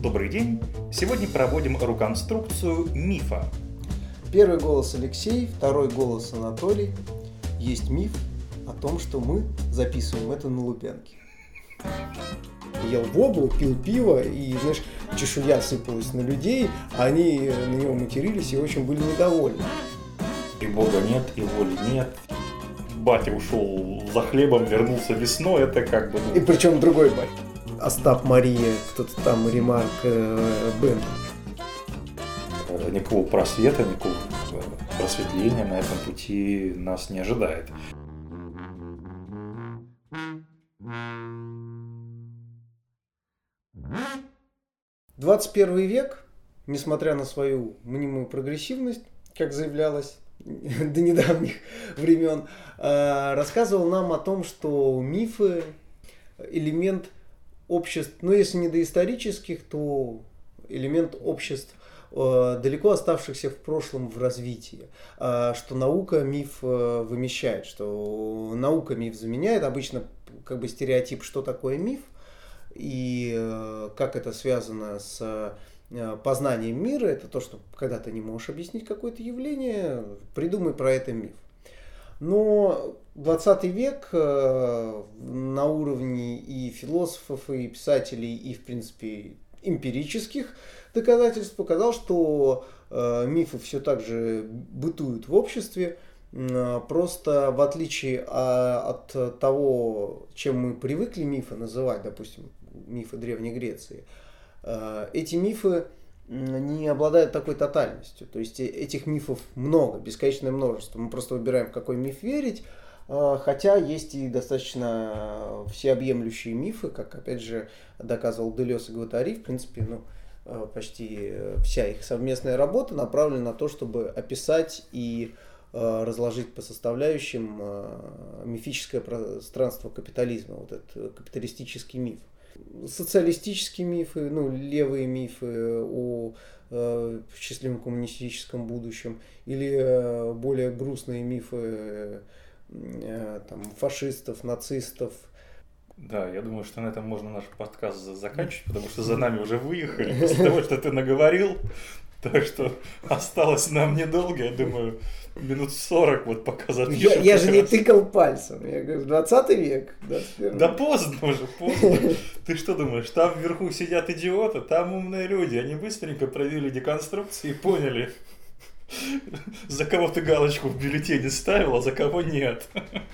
Добрый день! Сегодня проводим реконструкцию мифа. Первый голос Алексей, второй голос Анатолий. Есть миф о том, что мы записываем это на Лубянке. Ел воблу, пил пиво, и, знаешь, чешуя сыпалась на людей, а они на него матерились и очень были недовольны. И Бога нет, и воли нет. Батя ушел за хлебом, вернулся весной, это как бы... И причем другой батя. Остап, Мария, кто-то там, Ремарк, Бен. Никакого просвета, никакого просветления на этом пути нас не ожидает. В 21 век, несмотря на свою мнимую прогрессивность, как заявлялось до недавних времен, рассказывал нам о том, что мифы – элемент обществ, ну если не доисторических, то элемент обществ, далеко оставшихся в прошлом в развитии, что наука миф вымещает, что наука миф заменяет. Обычно как бы стереотип, что такое миф и как это связано с познанием мира, это то, что когда ты не можешь объяснить какое-то явление, придумай про это миф. Но 20 век на уровне и философов, и писателей, и, в принципе, эмпирических доказательств показал, что мифы все так же бытуют в обществе. Просто в отличие от того, чем мы привыкли мифы называть, допустим, мифы Древней Греции, эти мифы не обладают такой тотальностью. То есть этих мифов много, бесконечное множество. Мы просто выбираем, в какой миф верить. Хотя есть и достаточно всеобъемлющие мифы, как опять же доказывал Делез и Гваттари. В принципе, почти вся их совместная работа направлена на то, чтобы описать и разложить по составляющим мифическое пространство капитализма, вот этот капиталистический миф. Социалистические мифы, левые мифы о счастливом коммунистическом будущем или более грустные мифы фашистов, нацистов. Да, я думаю, что на этом можно наш подкаст заканчивать, потому что за нами уже выехали после того, что ты наговорил. Так что осталось нам недолго, я думаю, минут 40 вот пока запишем. Я же не тыкал пальцем, я говорю, 20 век, 21. Да поздно уже, поздно. Ты что думаешь, там вверху сидят идиоты, там умные люди, они быстренько провели деконструкцию и поняли, за кого ты галочку в бюллетене ставил, а за кого нет.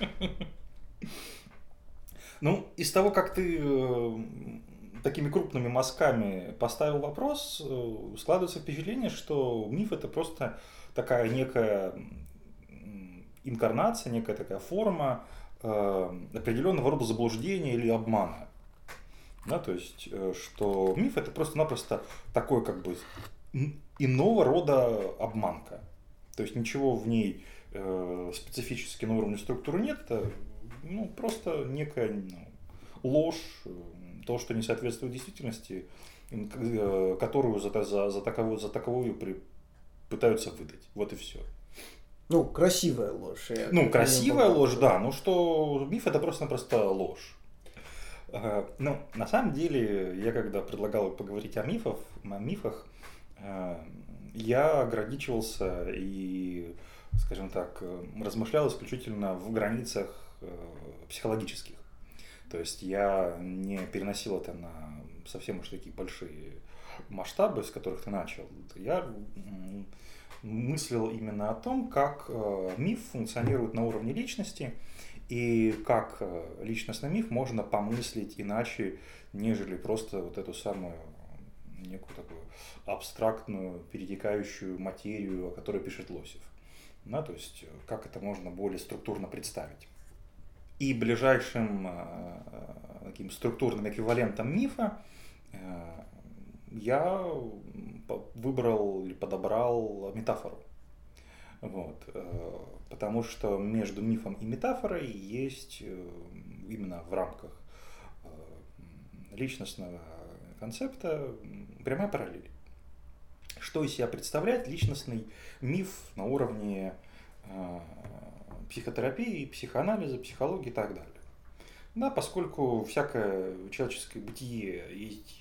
Из того, как ты такими крупными мазками поставил вопрос, складывается впечатление, что миф это просто такая некая инкарнация, некая такая форма определенного рода заблуждения или обмана. Да, то есть, что миф это просто-напросто такой как бы иного рода обманка. То есть ничего в ней специфически на уровне структуры нет, это просто некая ложь, то, что не соответствует действительности, которую за таковую пытаются выдать. Вот и все. Красивая ложь. Красивая ложь, да. Что миф это просто-напросто ложь. На самом деле, я когда предлагал поговорить о мифах, я ограничивался и, скажем так, размышлял исключительно в границах психологических. То есть я не переносил это на совсем уж такие большие масштабы, с которых ты начал. Я мыслил именно о том, как миф функционирует на уровне личности и как личностный миф можно помыслить иначе, нежели просто вот эту самую некую такую абстрактную, перетекающую материю, о которой пишет Лосев. То есть как это можно более структурно представить. И ближайшим таким структурным эквивалентом мифа я выбрал или подобрал метафору. Потому что между мифом и метафорой есть именно в рамках личностного концепта прямая параллель. Что из себя представляет личностный миф на уровне психотерапии, психоанализа, психологии и так далее. Да, поскольку всякое человеческое бытие есть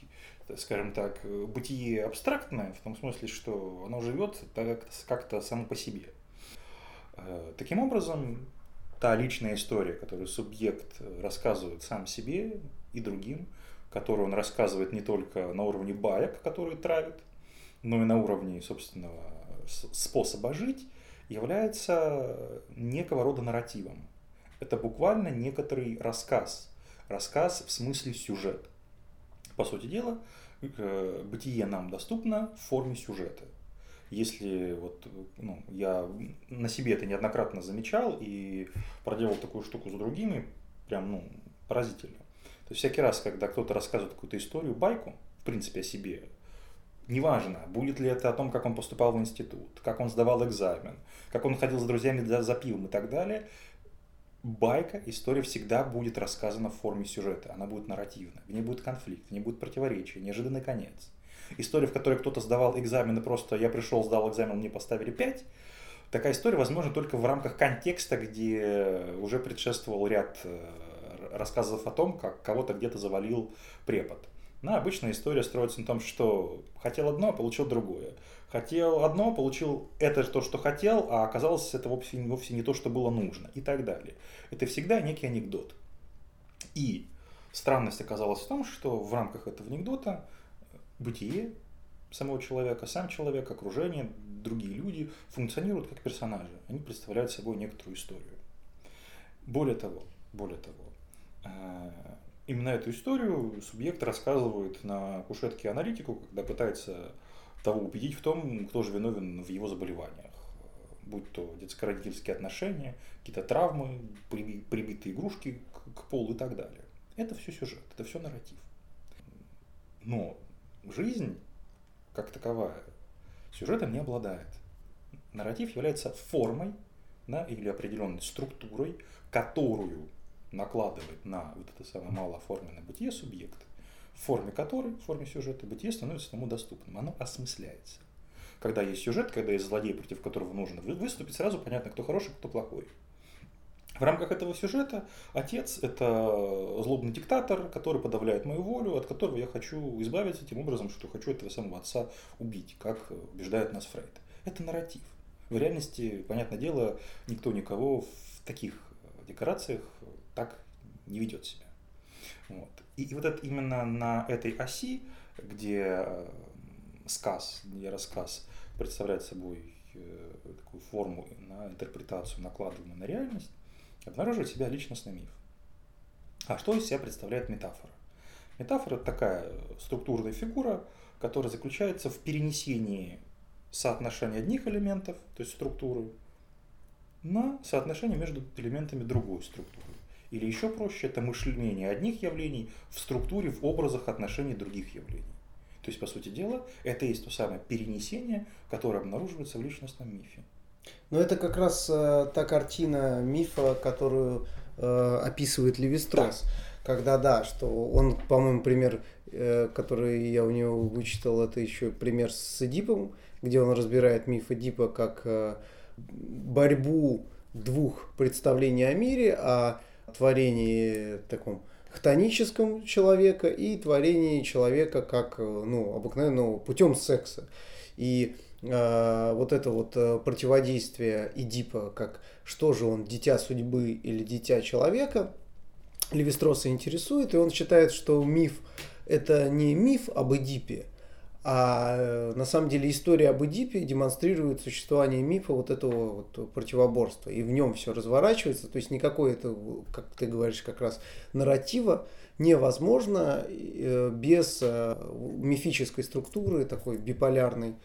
скажем так, бытие абстрактное, в том смысле, что оно живет как-то само по себе. Таким образом, та личная история, которую субъект рассказывает сам себе и другим, которую он рассказывает не только на уровне баек, которые травит, но и на уровне собственного способа жить, является некого рода нарративом. Это буквально некоторый рассказ. Рассказ в смысле сюжет. По сути дела, бытие нам доступно в форме сюжета. Если я на себе это неоднократно замечал и проделал такую штуку с другими, прям поразительно. То есть всякий раз, когда кто-то рассказывает какую-то историю, байку, в принципе, о себе, неважно, будет ли это о том, как он поступал в институт, как он сдавал экзамен, как он ходил с друзьями за пивом и так далее, байка, история всегда будет рассказана в форме сюжета, она будет нарративна, в ней будет конфликт, в ней будет противоречие, неожиданный конец. История, в которой кто-то сдавал экзамен и просто я пришел, сдал экзамен, мне поставили 5, такая история возможна только в рамках контекста, где уже предшествовал ряд рассказов о том, как кого-то где-то завалил препод. Обычная история строится на том, что хотел одно, а получил другое. Хотел одно, получил это то, что хотел, а оказалось это вовсе не то, что было нужно, и так далее. Это всегда некий анекдот. И странность оказалась в том, что в рамках этого анекдота бытие самого человека, сам человек, окружение, другие люди функционируют как персонажи. Они представляют собой некоторую историю. Более того, именно эту историю субъект рассказывает на кушетке аналитику, когда пытается того убедить в том, кто же виновен в его заболеваниях. Будь то детско-родительские отношения, какие-то травмы, прибитые игрушки к полу и так далее. Это все сюжет, это все нарратив. Но жизнь, как таковая, сюжетом не обладает. Нарратив является формой, или определенной структурой, которую накладывает на вот это самое малооформленное бытие субъект, в форме которой, в форме сюжета, бытие становится ему доступным, оно осмысляется. Когда есть сюжет, когда есть злодей, против которого нужно выступить, сразу понятно, кто хороший, кто плохой. В рамках этого сюжета отец – это злобный диктатор, который подавляет мою волю, от которого я хочу избавиться тем образом, что хочу этого самого отца убить, как убеждает нас Фрейд. Это нарратив. В реальности, понятное дело, никто никого в таких декорациях так не ведет себя. Вот. И вот это именно на этой оси, где рассказ представляет собой такую форму на интерпретацию, накладываемую на реальность, обнаруживает себя личностный миф. А что из себя представляет метафора? Метафора – это такая структурная фигура, которая заключается в перенесении соотношения одних элементов, то есть структуры, на соотношение между элементами другой структуры. Или еще проще, это мышление одних явлений в структуре, в образах отношений других явлений. То есть, по сути дела, это и есть то самое перенесение, которое обнаруживается в личностном мифе. Но это как раз та картина мифа, которую описывает Леви-Стросс. Да. Когда, что он, по-моему, пример, который я у него вычитал, это еще пример с Эдипом, где он разбирает миф Эдипа как борьбу двух представлений о мире, о творении таком хтоническом человека и творении человека как обыкновенного путем секса. И вот это вот противодействие Эдипа, как что же он, дитя судьбы или дитя человека, Леви-Стросса интересует, и он считает, что миф – это не миф об Эдипе, а на самом деле история об Эдипе демонстрирует существование мифа вот этого вот противоборства. И в нем все разворачивается. То есть никакой это, как ты говоришь, как раз нарратива невозможно без мифической структуры, такой биполярной,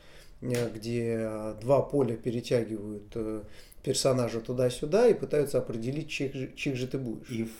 где два поля перетягивают персонажа туда-сюда и пытаются определить, чьих же ты будешь. И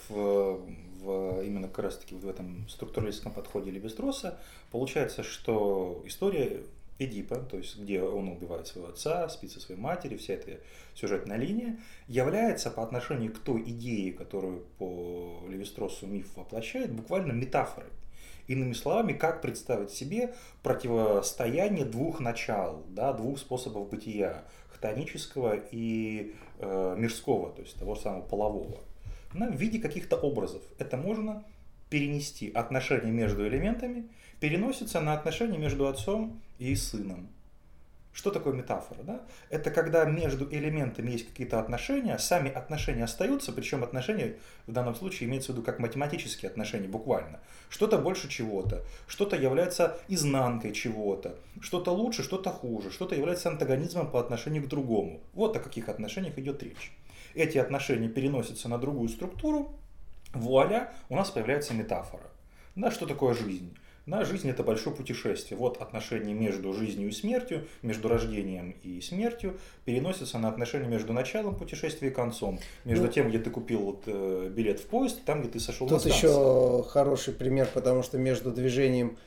именно как раз таки в этом структуралистском подходе Леви-Стросса получается, что история Эдипа, то есть где он убивает своего отца, спит со своей матерью, вся эта сюжетная линия, является по отношению к той идее, которую по Леви-Строссу миф воплощает, буквально метафорой. Иными словами, как представить себе противостояние двух начал, двух способов бытия, хтонического и мирского, то есть того самого полового, в виде каких-то образов. Это можно перенести отношения между элементами, переносится на отношения между отцом и сыном. Что такое метафора? Да? Это когда между элементами есть какие-то отношения, сами отношения остаются, причем отношения в данном случае имеется в виду как математические отношения, буквально. Что-то больше чего-то, что-то является изнанкой чего-то, что-то лучше, что-то хуже, что-то является антагонизмом по отношению к другому. Вот о каких отношениях идет речь. Эти отношения переносятся на другую структуру, вуаля, у нас появляется метафора. Да, что такое жизнь? Да, жизнь – это большое путешествие. Вот отношения между жизнью и смертью, между рождением и смертью переносятся на отношения между началом путешествия и концом. Между тем, где ты купил билет в поезд, там, где ты сошел на станцию. Тут еще хороший пример, потому что между движением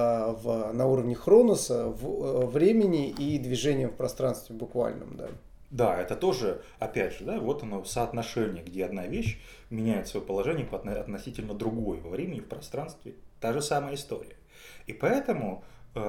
на уровне хроноса, времени и движением в пространстве буквальном. Да. Да, это тоже, опять же, да, вот оно соотношение, где одна вещь меняет свое положение относительно другой во времени и в пространстве. Та же самая история. И поэтому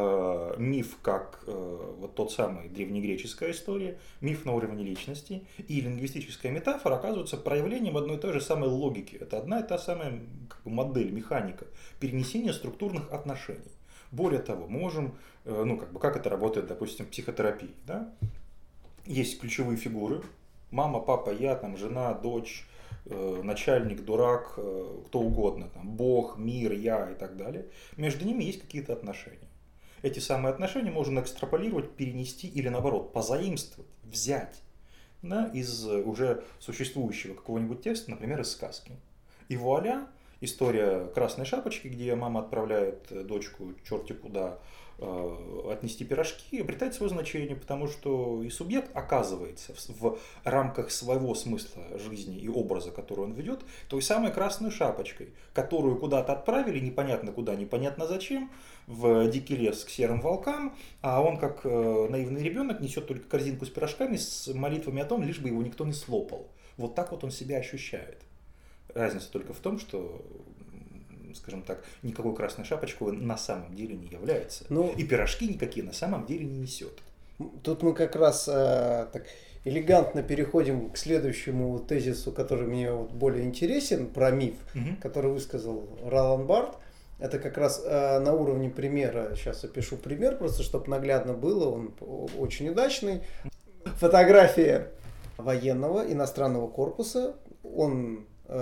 миф, как вот тот самый древнегреческая история, миф на уровне личности и лингвистическая метафора оказываются проявлением одной и той же самой логики. Это одна и та самая как бы, модель, механика перенесения структурных отношений. Более того, мы можем, как это работает, допустим, в психотерапии, да? Есть ключевые фигуры: мама, папа, я, там, жена, дочь, начальник, дурак, кто угодно, там, Бог, мир, я и так далее. Между ними есть какие-то отношения. Эти самые отношения можно экстраполировать, перенести или наоборот позаимствовать, взять, да, из уже существующего какого-нибудь текста, например, из сказки. И вуаля, история Красной Шапочки, где мама отправляет дочку черти куда отнести пирожки, обретает свое значение, потому что и субъект оказывается в рамках своего смысла жизни и образа, который он ведет, той самой Красной Шапочкой, которую куда-то отправили, непонятно куда, непонятно зачем, в дикий лес к серым волкам, а он, как наивный ребенок, несет только корзинку с пирожками с молитвами о том, лишь бы его никто не слопал. Вот так вот он себя ощущает. Разница только в том, что, скажем так, никакой Красной Шапочкой на самом деле не является. И пирожки никакие на самом деле не несет. Тут мы как раз так элегантно переходим к следующему тезису, который мне более интересен, про миф, который высказал Ролан Барт. Это как раз на уровне примера. Сейчас опишу пример, просто чтобы наглядно было. Он очень удачный. Фотография военного иностранного корпуса. Он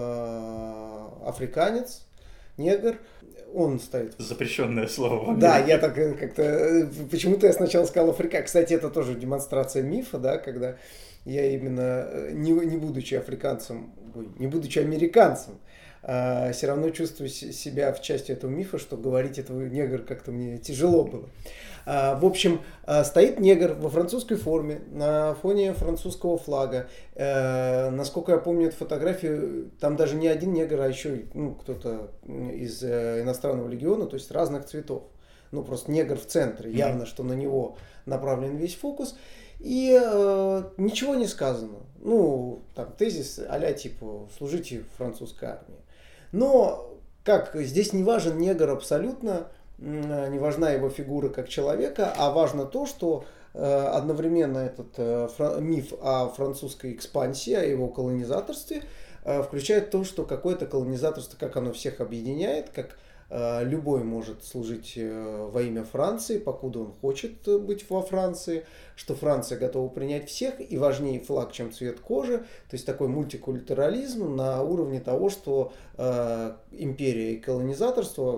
африканец, негр, он стоит... Запрещенное слово. Да, я так как-то... Почему-то я сначала сказал Африка. Кстати, это тоже демонстрация мифа, да, когда я именно, не будучи африканцем, не будучи американцем, все равно чувствую себя в части этого мифа, что говорить этого негр как-то мне тяжело было. В общем, стоит негр во французской форме на фоне французского флага. Насколько я помню эту фотографию, там даже не один негр, а еще кто-то из иностранного легиона, то есть разных цветов. Просто негр в центре, явно, что на него направлен весь фокус. И ничего не сказано. Там тезис а-ля типа «служите в французской армии». Но, здесь не важен негр абсолютно, не важна его фигура как человека, а важно то, что одновременно этот миф о французской экспансии, о его колонизаторстве включает то, что какое-то колонизаторство, как оно всех объединяет, как любой может служить во имя Франции, покуда он хочет быть во Франции, что Франция готова принять всех, и важнее флаг, чем цвет кожи. То есть такой мультикультурализм на уровне того, что империя и колонизаторство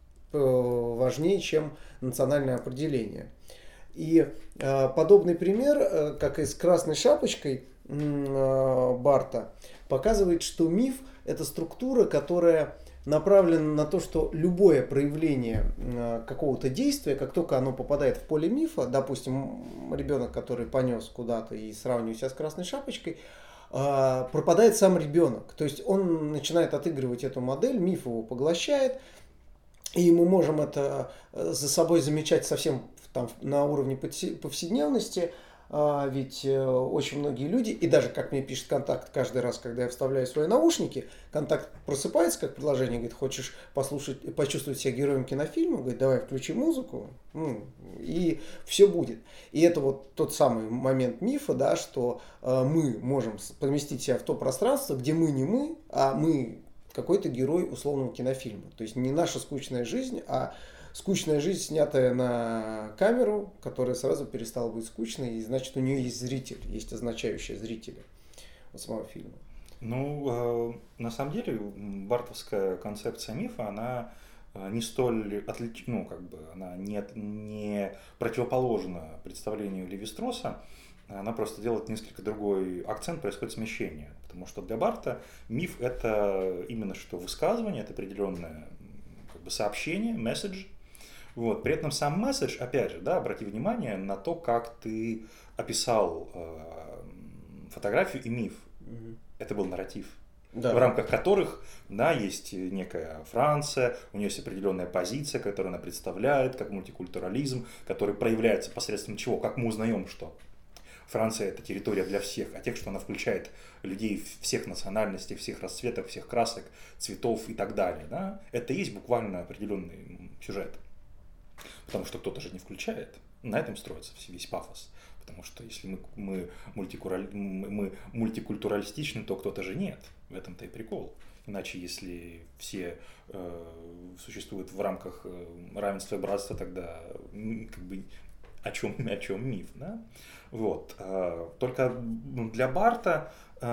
важнее, чем национальное определение. И подобный пример, как и с Красной Шапочкой Барта, показывает, что миф – это структура, которая направлена на то, что любое проявление какого-то действия, как только оно попадает в поле мифа, допустим, ребенок, который понес куда-то и сравнивает себя с Красной Шапочкой, пропадает сам ребенок. То есть он начинает отыгрывать эту модель, миф его поглощает, и мы можем это за собой замечать совсем на уровне повседневности. Ведь очень многие люди, и даже, как мне пишет Контакт, каждый раз, когда я вставляю свои наушники, Контакт просыпается как предложение, говорит, хочешь почувствовать себя героем кинофильма, говорит, давай включи музыку, и все будет. И это вот тот самый момент мифа, да, что мы можем поместить себя в то пространство, где мы не мы, а мы какой-то герой условного кинофильма. То есть не наша скучная жизнь, а скучная жизнь, снятая на камеру, которая сразу перестала быть скучной, и значит у нее есть зритель, есть означающие зрители у самого фильма. Ну, на самом деле, бартовская концепция мифа, она не столь ну, как бы, она не противоположна представлению Леви-Стросса, она просто делает несколько другой акцент, происходит смещение. Потому что для Барта миф — это именно что высказывание, это определенное как бы сообщение, месседж. Вот. При этом сам месседж, опять же, да, обрати внимание на то, как ты описал фотографию и миф. Это был нарратив, Да. в рамках которых, да, есть некая Франция, у нее есть определенная позиция, которую она представляет, как мультикультурализм, который проявляется посредством чего? Как мы узнаем, что Франция — это территория для всех, а тех, что она включает людей всех национальностей, всех расцветок, всех красок, цветов и так далее. Да? Это и есть буквально определенный сюжет. Потому что кто-то же не включает. На этом строится весь пафос. Потому что если мы мультикультуралистичны, то кто-то же нет. В этом-то и прикол. Иначе, если все существуют в рамках равенства и братства, тогда как бы о чем миф, да? Вот. Только для Барта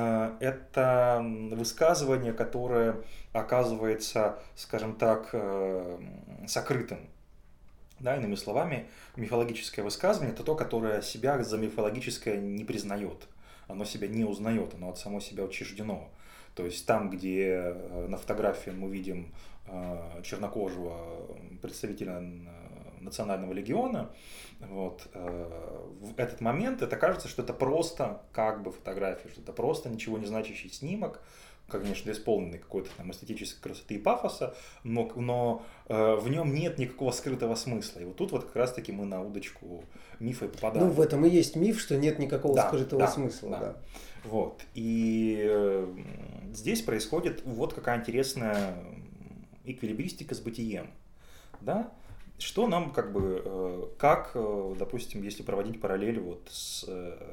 это высказывание, которое оказывается, скажем так, сокрытым. Да, иными словами, мифологическое высказывание — это то, которое себя за мифологическое не признает. Оно себя не узнает, оно от самого себя учреждено. То есть там, где на фотографии мы видим чернокожего представителя Национального легиона, вот, в этот момент это кажется, что это просто как бы фотография, что это просто ничего не значащий снимок, конечно, исполненный какой-то там эстетической красоты и пафоса, но в нем нет никакого скрытого смысла. И вот тут вот как раз-таки мы на удочку мифа и попадаем. Ну, в этом и есть миф, что нет никакого скрытого смысла. Да. Вот. И здесь происходит вот какая интересная эквилибристика с бытием. Да? Что нам как бы, допустим, если проводить параллель вот с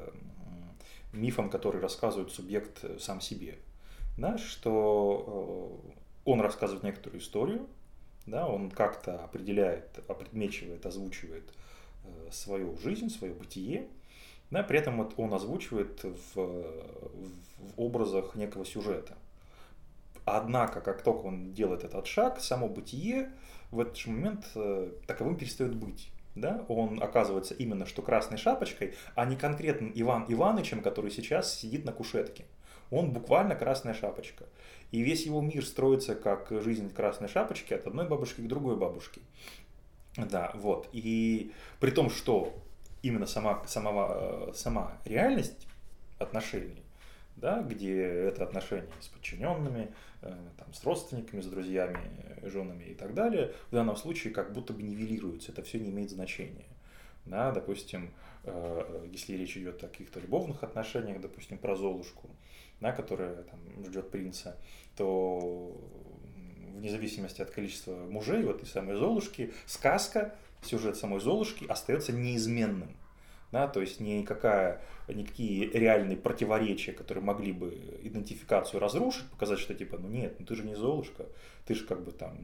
мифом, который рассказывает субъект сам себе, да, что он рассказывает некоторую историю, да, он как-то определяет, опредмечивает, озвучивает свою жизнь, свое бытие, да, при этом вот он озвучивает в образах некого сюжета. Однако, как только он делает этот шаг, само бытие в этот же момент таковым перестает быть. Да? Он оказывается именно что красной шапочкой, а не конкретным Иван Иванычем, который сейчас сидит на кушетке. Он буквально красная шапочка. И весь его мир строится как жизнь красной шапочки от одной бабушки к другой бабушке. Да, вот. И при том, что именно сама реальность отношений, да, где это отношения с подчиненными, там, с родственниками, с друзьями, женами и так далее, в данном случае как будто бы нивелируется, это все не имеет значения. Да, допустим, если речь идет о каких-то любовных отношениях, допустим, про Золушку, да, которая там ждет принца, то вне зависимости от количества мужей, вот и самой Золушки, сказка, сюжет самой Золушки остается неизменным. Да, то есть никакие реальные противоречия, которые могли бы идентификацию разрушить, показать, что типа, ну нет, ну ты же не Золушка, ты же как бы там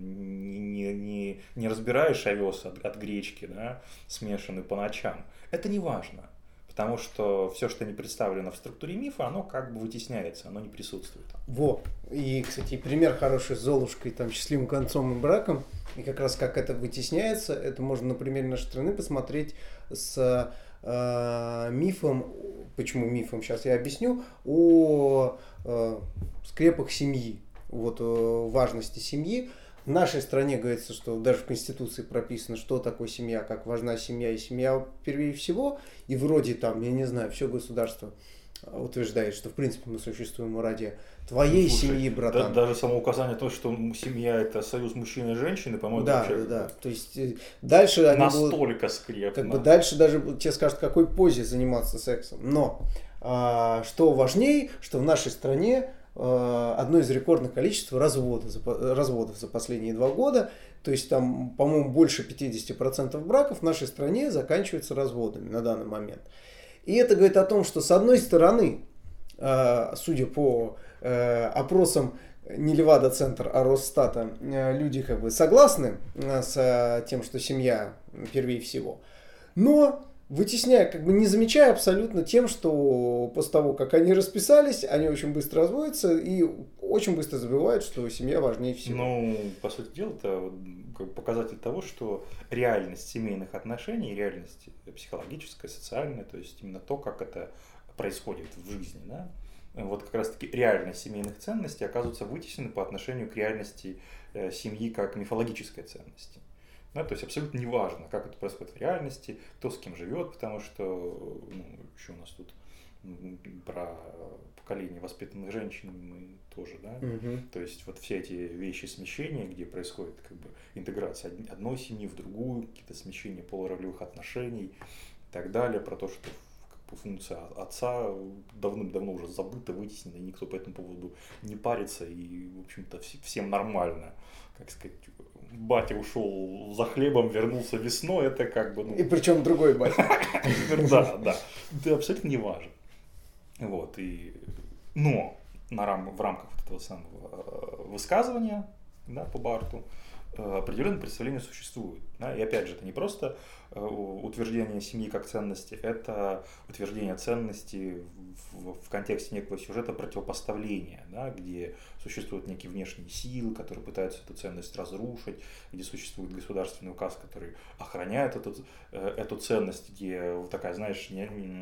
не разбираешь овес от гречки, да, смешанный по ночам. Это не важно, потому что все, что не представлено в структуре мифа, оно как бы вытесняется, оно не присутствует. Во, и, кстати, пример хороший с Золушкой, там, счастливым концом и браком, и как раз как это вытесняется, это можно на примере нашей страны посмотреть с мифом, почему мифом, сейчас я объясню, о скрепах семьи, вот важности семьи. В нашей стране говорится, что даже в Конституции прописано, что такое семья, как важна семья, и семья впервые всего, и вроде там, я не знаю, все государство утверждает, что в принципе мы существуем ради твоей семьи, братан. Даже само указание того, что семья — это союз мужчины и женщины, по-моему, да, вообще да. То есть дальше они настолько скрепно. Как бы дальше даже тебе скажут, в какой позе заниматься сексом. Но что важнее, что в нашей стране одно из рекордных количеств разводов за последние 2 года. То есть там, по-моему, больше 50% браков в нашей стране заканчиваются разводами на данный момент. И это говорит о том, что с одной стороны, судя по опросам не Левада-центр, а Росстата, люди как бы согласны с тем, что семья первее всего, но вытесняя, как бы не замечая абсолютно тем, что после того, как они расписались, они очень быстро разводятся и очень быстро забывают, что семья важнее всего. Ну, по сути дела, это как бы показатель того, что реальность семейных отношений, реальность психологическая, социальная, то есть именно то, как это происходит в жизни, да, вот как раз-таки реальность семейных ценностей оказывается вытеснена по отношению к реальности семьи как мифологической ценности. Да, то есть абсолютно неважно, как это происходит в реальности, кто с кем живет, потому что еще у нас тут про поколение воспитанных женщин мы тоже, да, то есть вот все эти вещи смещения, где происходит как бы интеграция одной семьи в другую, какие-то смещения полуролевых отношений и так далее, про то, что как бы функция отца давным-давно уже забыта, вытеснена, и никто по этому поводу не парится, и, в общем-то, всем нормально, как сказать, батя ушел за хлебом, вернулся весной, это как бы... И причем другой батя. Да, это абсолютно не важно. Вот, но в рамках этого самого высказывания, да, по Барту, определенное представление существует. Да? И опять же, это не просто утверждение семьи как ценности, это утверждение ценности в контексте некого сюжета противопоставления, да? Где существуют некие внешние силы, которые пытаются эту ценность разрушить, где существует государственный указ, который охраняет эту ценность, где такая, знаешь,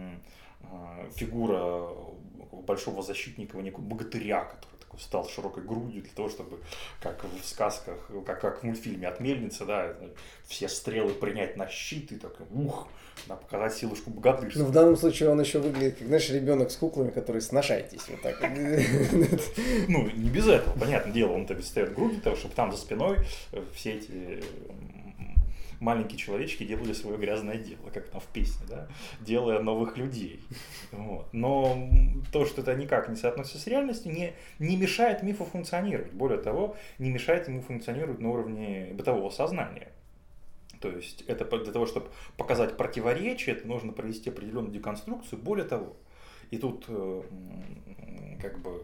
фигура большого защитника, некого богатыря, который такой встал с широкой грудью для того, чтобы, как в сказках, как в мультфильме от Мельницы, да, все стрелы принять на щит и так, показать силушку богатырства. Ну, в данном случае он еще выглядит, как, знаешь, ребенок с куклами, который сношайтесь вот так. Ну, не без этого, понятное дело, он-то встает грудью, чтобы там за спиной все эти маленькие человечки делали свое грязное дело, как там в песне, да, делая новых людей. Вот. Но то, что это никак не соотносится с реальностью, не мешает мифу функционировать. Более того, не мешает ему функционировать на уровне бытового сознания. То есть это для того, чтобы показать противоречие, это нужно провести определенную деконструкцию. Более того, и тут как бы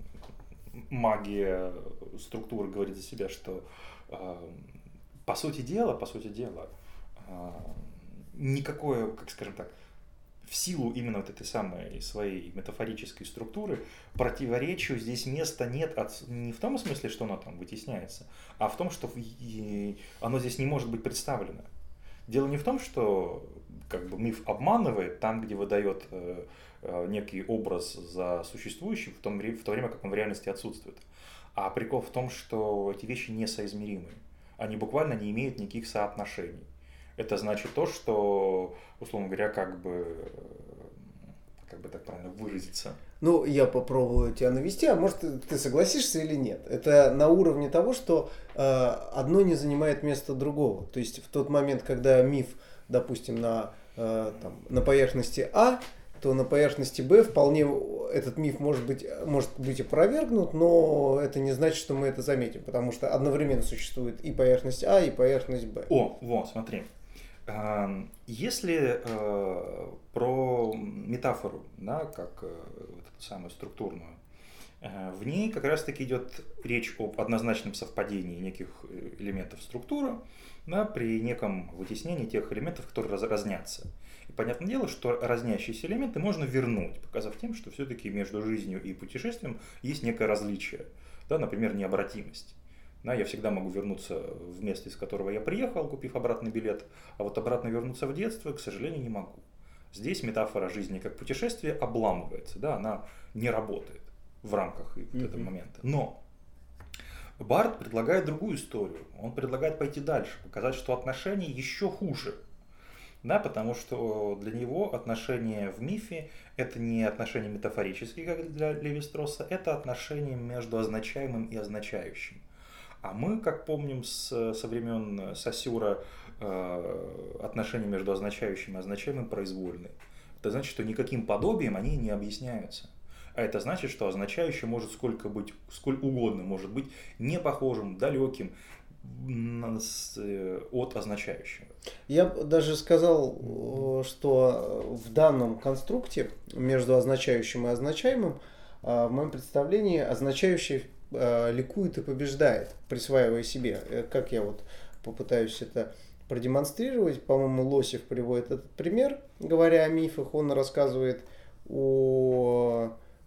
магия структуры говорит за себя, что по сути дела, никакое, как скажем так, в силу именно вот этой самой своей метафорической структуры противоречию здесь места нет не в том смысле, что оно там вытесняется, а в том, что оно здесь не может быть представлено. Дело не в том, что как бы миф обманывает там, где выдает некий образ за существующий, в то время как он в реальности отсутствует. А прикол в том, что эти вещи несоизмеримы. Они буквально не имеют никаких соотношений. Это значит то, что, условно говоря, как бы так правильно выразиться. Ну, я попробую тебя навести, а может ты согласишься или нет. Это на уровне того, что одно не занимает место другого. То есть в тот момент, когда миф, допустим, на поверхности А, то на поверхности Б вполне этот миф может быть опровергнут, но это не значит, что мы это заметим, потому что одновременно существует и поверхность А, и поверхность Б. Смотри. Если про метафору, да, как вот эту самую структурную, в ней как раз-таки идет речь об однозначном совпадении неких элементов структуры, да, при неком вытеснении тех элементов, которые разнятся. И понятное дело, что разнящиеся элементы можно вернуть, показав тем, что все-таки между жизнью и путешествием есть некое различие, да, например, необратимость. Да, я всегда могу вернуться в место, из которого я приехал, купив обратный билет, а вот обратно вернуться в детство, к сожалению, не могу. Здесь метафора жизни как путешествия обламывается, да, она не работает в рамках этого момента. Но Барт предлагает другую историю. Он предлагает пойти дальше, показать, что отношения еще хуже. Да, потому что для него отношения в мифе – это не отношения метафорические, как для Леви-Стросса, это отношения между означаемым и означающим. А мы, как помним со времен Сосюра, отношения между означающим и означаемым произвольны. Это значит, что никаким подобием они не объясняются. А это значит, что означающее может сколь угодно может быть не похожим, далеким от означающего. Я даже сказал, что в данном конструкте между означающим и означаемым, в моем представлении, означающее ликует и побеждает, присваивая себе. Как я вот попытаюсь это продемонстрировать. По-моему, Лосев приводит этот пример, говоря о мифах. Он рассказывает о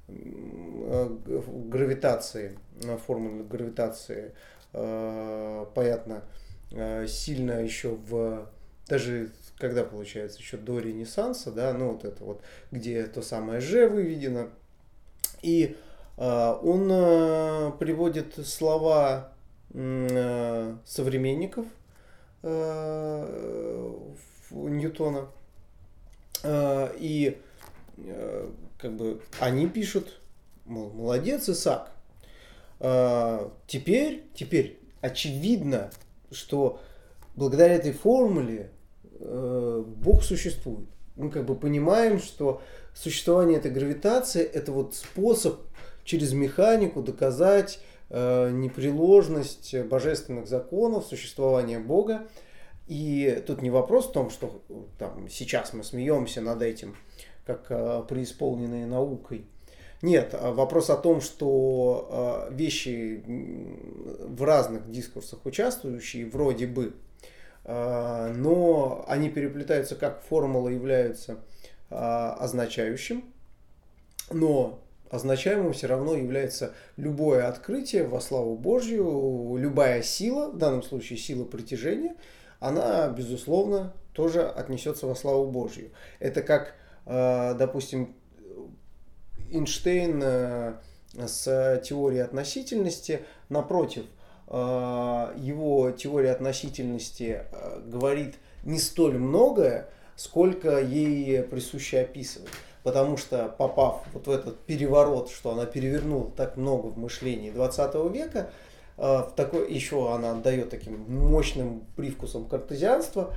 гравитации, формуле гравитации. Понятно, сильно еще даже когда получается еще до Ренессанса, да, ну вот это вот, где то самое Ж выведено. И он приводит слова современников Ньютона. И как бы они пишут, мол, молодец, Исаак. Теперь очевидно, что благодаря этой формуле Бог существует. Мы как бы понимаем, что существование этой гравитации — это вот способ через механику доказать непреложность божественных законов, существования Бога. И тут не вопрос в том, что там, сейчас мы смеемся над этим, как преисполненные наукой. Нет, вопрос о том, что вещи в разных дискурсах участвующие, вроде бы, но они переплетаются, как формула является означающим, но означаемым все равно является любое открытие во славу Божью, любая сила, в данном случае сила притяжения, она, безусловно, тоже отнесется во славу Божью. Это как, допустим, Эйнштейн с теорией относительности, напротив, его теория относительности говорит не столь многое, сколько ей присуще описывать. Потому что, попав вот в этот переворот, что она перевернула так много в мышлении 20 века, в такой, еще она отдает таким мощным привкусом картезианства,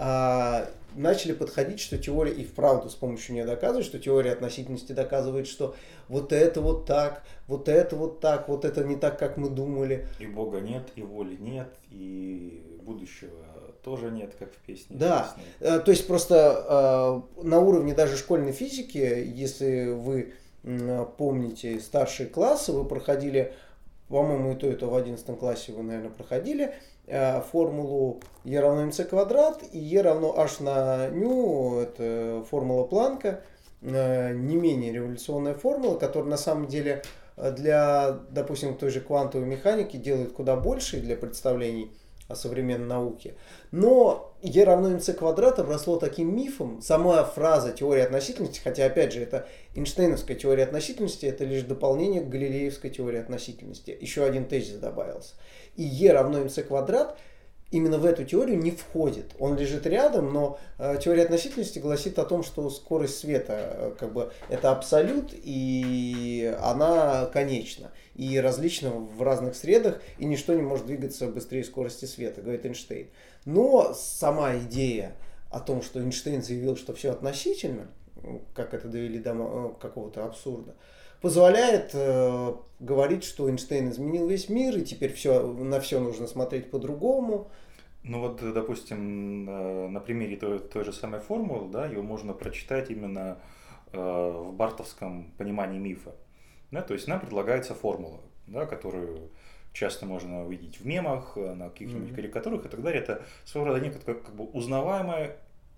начали подходить, что теория, и вправду с помощью нее доказывает, что теория относительности доказывает, что вот это вот так, вот это вот так, вот это не так, как мы думали. И Бога нет, и воли нет, и будущего тоже нет, как в песне. Да, то есть просто на уровне даже школьной физики, если вы помните старшие классы, вы проходили, по-моему, и то в 11 классе вы, наверное, проходили, формулу E равно mc квадрат и E равно h на ню, это формула Планка, не менее революционная формула, которая на самом деле для, допустим, той же квантовой механики делает куда больше для представлений о современной науке. Но E равно mc квадрат обросло таким мифом, сама фраза теории относительности, хотя опять же это Эйнштейновская теория относительности, это лишь дополнение к галилеевской теории относительности. Еще один тезис добавился. И E равно mc квадрат именно в эту теорию не входит. Он лежит рядом, но теория относительности гласит о том, что скорость света как бы это абсолют, и она конечна. И различна в разных средах, и ничто не может двигаться быстрее скорости света, говорит Эйнштейн. Но сама идея о том, что Эйнштейн заявил, что все относительно, как это довели до какого-то абсурда, позволяет говорить, что Эйнштейн изменил весь мир, и теперь на все нужно смотреть по-другому. Ну вот, допустим, на примере той же самой формулы, да, ее можно прочитать именно в бартовском понимании мифа. Да, то есть нам предлагается формула, да, которую часто можно увидеть в мемах, на каких-нибудь карикатурах и так далее. Это своего рода некий как бы узнаваемый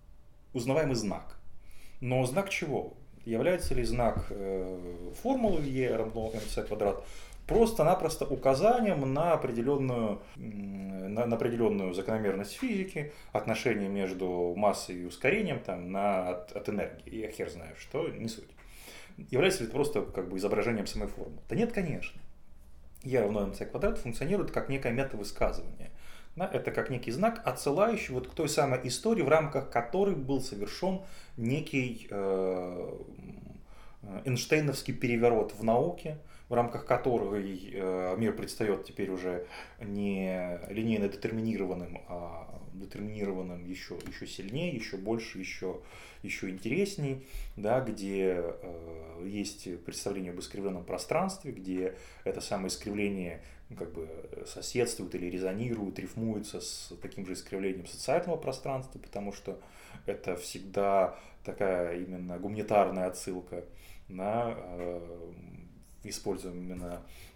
знак. Но знак чего? Является ли знак формулы E равно mc квадрат просто-напросто указанием на определенную закономерность физики, отношение между массой и ускорением там, от энергии? Я хер знаю, что, не суть. Является ли это просто как бы изображением самой формулы? Да нет, конечно. E равно mc квадрат функционирует как некое метавысказывание. Да, это как некий знак, отсылающий вот к той самой истории, в рамках которой был совершен некий эйнштейновский переворот в науке, в рамках которого мир предстает теперь уже не линейно детерминированным, а детерминированным еще сильнее, еще больше, еще интересней, да, где есть представление об искривленном пространстве, где это самое искривление как бы соседствует или резонирует, рифмуется с таким же искривлением социального пространства, потому что это всегда такая именно гуманитарная отсылка, да, используем именно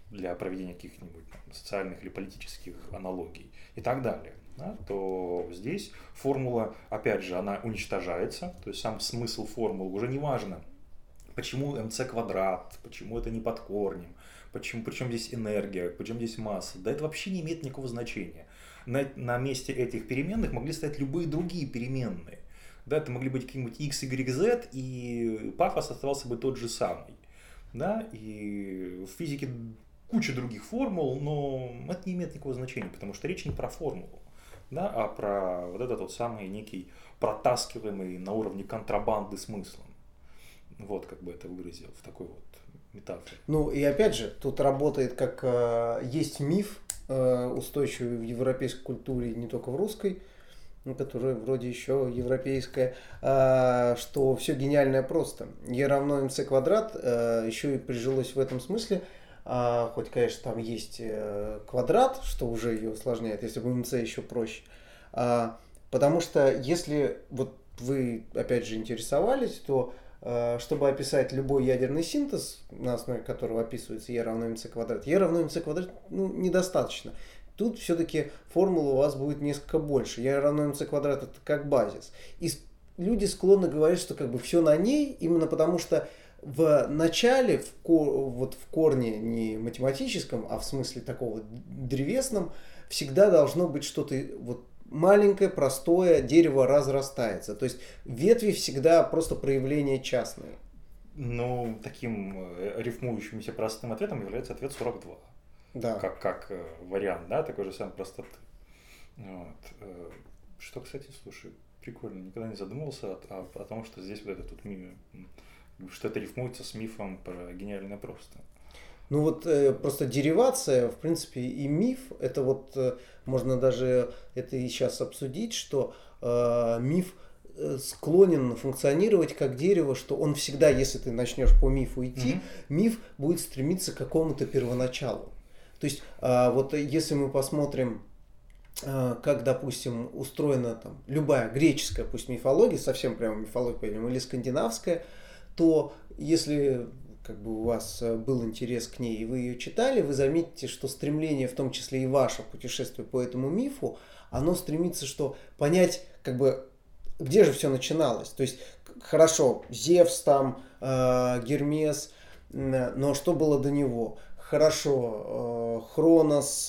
для проведения каких-нибудь социальных или политических аналогий и так далее, да, то здесь формула, опять же, она уничтожается, то есть сам смысл формулы уже не важно, почему mc квадрат, почему это не под корнем, причем здесь энергия, причем здесь масса, да это вообще не имеет никакого значения. На месте этих переменных могли стоять любые другие переменные. Да, это могли быть какие-нибудь x, y, z, и пафос оставался бы тот же самый. Да, и в физике куча других формул, но это не имеет никакого значения, потому что речь не про формулу, да, а про вот этот вот самый некий протаскиваемый на уровне контрабанды смыслом. Вот как бы это выразил в такой вот метафоре. Ну и опять же, тут работает как есть миф, устойчивый в европейской культуре, не только в русской, которая вроде еще европейская, что все гениальное просто. Е равно mc квадрат еще и прижилось в этом смысле, хоть, конечно, там есть квадрат, что уже ее усложняет, если бы mc еще проще. Потому что если вот вы, опять же, интересовались, то чтобы описать любой ядерный синтез, на основе которого описывается Е равно mc квадрат, Е равно mc квадрат недостаточно. Тут все-таки формула у вас будет несколько больше. Е равно mc квадрат это как базис. И люди склонны говорить, что как бы все на ней, именно потому что в начале, вот в корне не математическом, а в смысле такого древесном, всегда должно быть что-то вот маленькое, простое, дерево разрастается. То есть ветви всегда просто проявление частное. Ну, таким рифмующимся простым ответом является ответ 42. Да. Как вариант, да, такой же самой простоты. Вот. Что, кстати, слушай, прикольно, никогда не задумывался о том, что здесь вот это тут что это рифмуется с мифом про гениальное просто. Ну вот просто деривация, в принципе, и миф, это вот можно даже это и сейчас обсудить, что миф склонен функционировать как дерево, что он всегда, если ты начнешь по мифу идти, миф будет стремиться к какому-то первоначалу. То есть вот если мы посмотрим, как, допустим, устроена там любая греческая, пусть мифология, совсем прямо мифология пойдем, или скандинавская, то если как бы у вас был интерес к ней и вы ее читали, вы заметите, что стремление, в том числе и ваше путешествие по этому мифу, оно стремится, что понять, как бы, где же все начиналось. То есть, хорошо, Зевс там, Гермес, но что было до него? Хорошо, Хронос,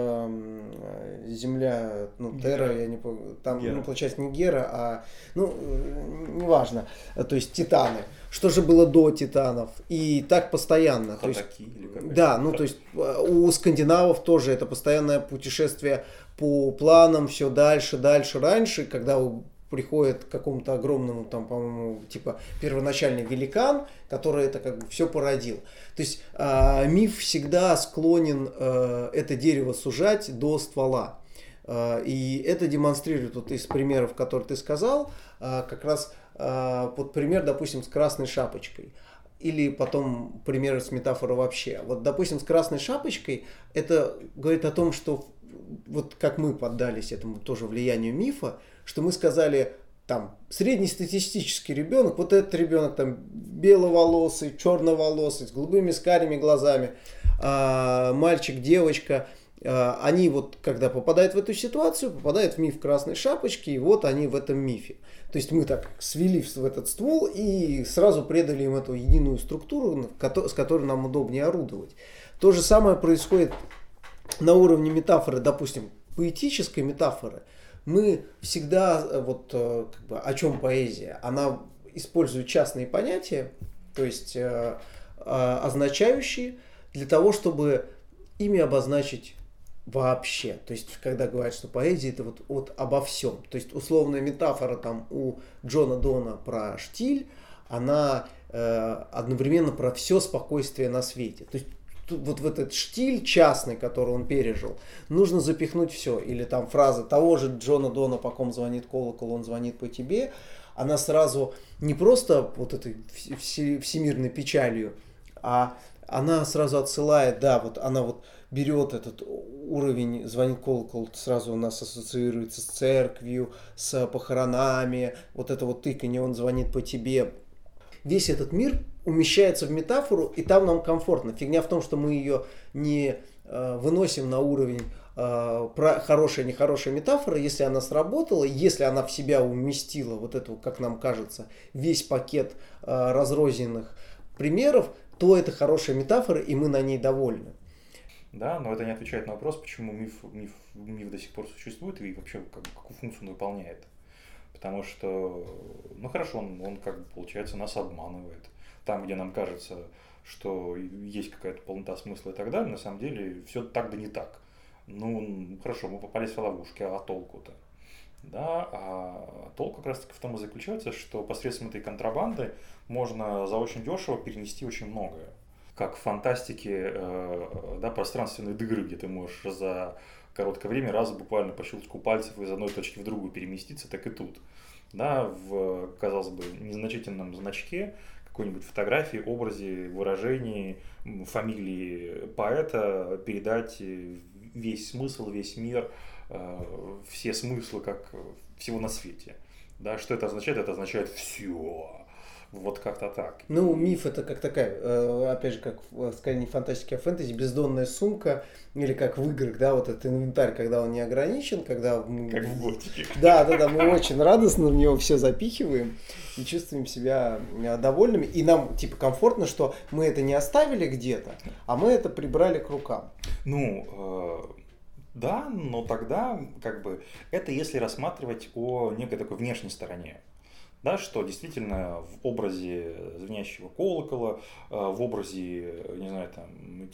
Земля, Терра, я не помню, там, получается, не Гера, неважно, то есть Титаны. Что же было до Титанов? И так постоянно. Хатаки, или как да, то есть у скандинавов тоже это постоянное путешествие по планам, все дальше, раньше, когда приходит к какому-то огромному, там, по-моему, типа первоначальный великан, который это как бы все породил. То есть миф всегда склонен это дерево сужать до ствола. И это демонстрирует вот из примеров, которые ты сказал, как раз под пример, допустим, с красной шапочкой. Или потом пример с метафорой вообще. Вот, допустим, с красной шапочкой это говорит о том, что вот как мы поддались этому тоже влиянию мифа, что мы сказали, там, среднестатистический ребенок, вот этот ребенок там беловолосый, черноволосый, с голубыми, с карими глазами, мальчик, девочка, они вот, когда попадают в эту ситуацию, попадают в миф красной шапочки, и вот они в этом мифе. То есть мы так свели в этот ствол и сразу предали им эту единую структуру, с которой нам удобнее орудовать. То же самое происходит на уровне метафоры, допустим, поэтической метафоры. Мы всегда, вот как бы, о чем поэзия? Она использует частные понятия, то есть означающие, для того, чтобы ими обозначить вообще. То есть, когда говорят, что поэзия это вот обо всем. То есть, условная метафора там у Джона Дона про штиль, она одновременно про все спокойствие на свете. То есть, вот в этот штиль частный, который он пережил, нужно запихнуть все. Или там фраза того же Джона Дона, по ком звонит колокол, он звонит по тебе. Она сразу не просто вот этой всемирной печалью, а она сразу отсылает, да, вот она вот берет этот уровень, звонит колокол, сразу у нас ассоциируется с церковью, с похоронами, вот это вот тыканье, он звонит по тебе. весь этот мир умещается в метафору, и там нам комфортно. Фигня в том, что мы ее не выносим на уровень про хорошая, нехорошая метафора. Если она сработала, если она в себя уместила вот эту, как нам кажется, весь пакет разрозненных примеров, то это хорошая метафора, и мы на ней довольны. Да, но это не отвечает на вопрос, почему миф до сих пор существует и вообще какую функцию он выполняет. Потому что, ну хорошо, он как бы, получается, нас обманывает. Там, где нам кажется, что есть какая-то полнота смысла и так далее, на самом деле все так да не так. Ну, хорошо, мы попались в ловушки, а толку-то? Да, а толк как раз таки в том и заключается, что посредством этой контрабанды можно за очень дешево перенести очень многое. Как в фантастике, да, пространственные дыры, где ты можешь за короткое время раз буквально по щелчку пальцев из одной точки в другую переместиться, так и тут. Да, в, казалось бы, незначительном значке, какой-нибудь фотографии, образе, выражении, фамилии поэта передать весь смысл, весь мир, все смыслы как всего на свете. Да, что это означает? Это означает все. Вот как-то так. Ну, миф это как такая, опять же, как скорее не фантастика, а фэнтези, бездонная сумка, или как в играх, да, вот этот инвентарь, когда он не ограничен, когда мы... Как в готике. Да, мы очень радостно в него все запихиваем и чувствуем себя довольными, и нам типа комфортно, что мы это не оставили где-то, а мы это прибрали к рукам. Ну, да, но тогда как бы это если рассматривать о некой такой внешней стороне. Да, что действительно в образе звенящего колокола, в образе, не знаю, там,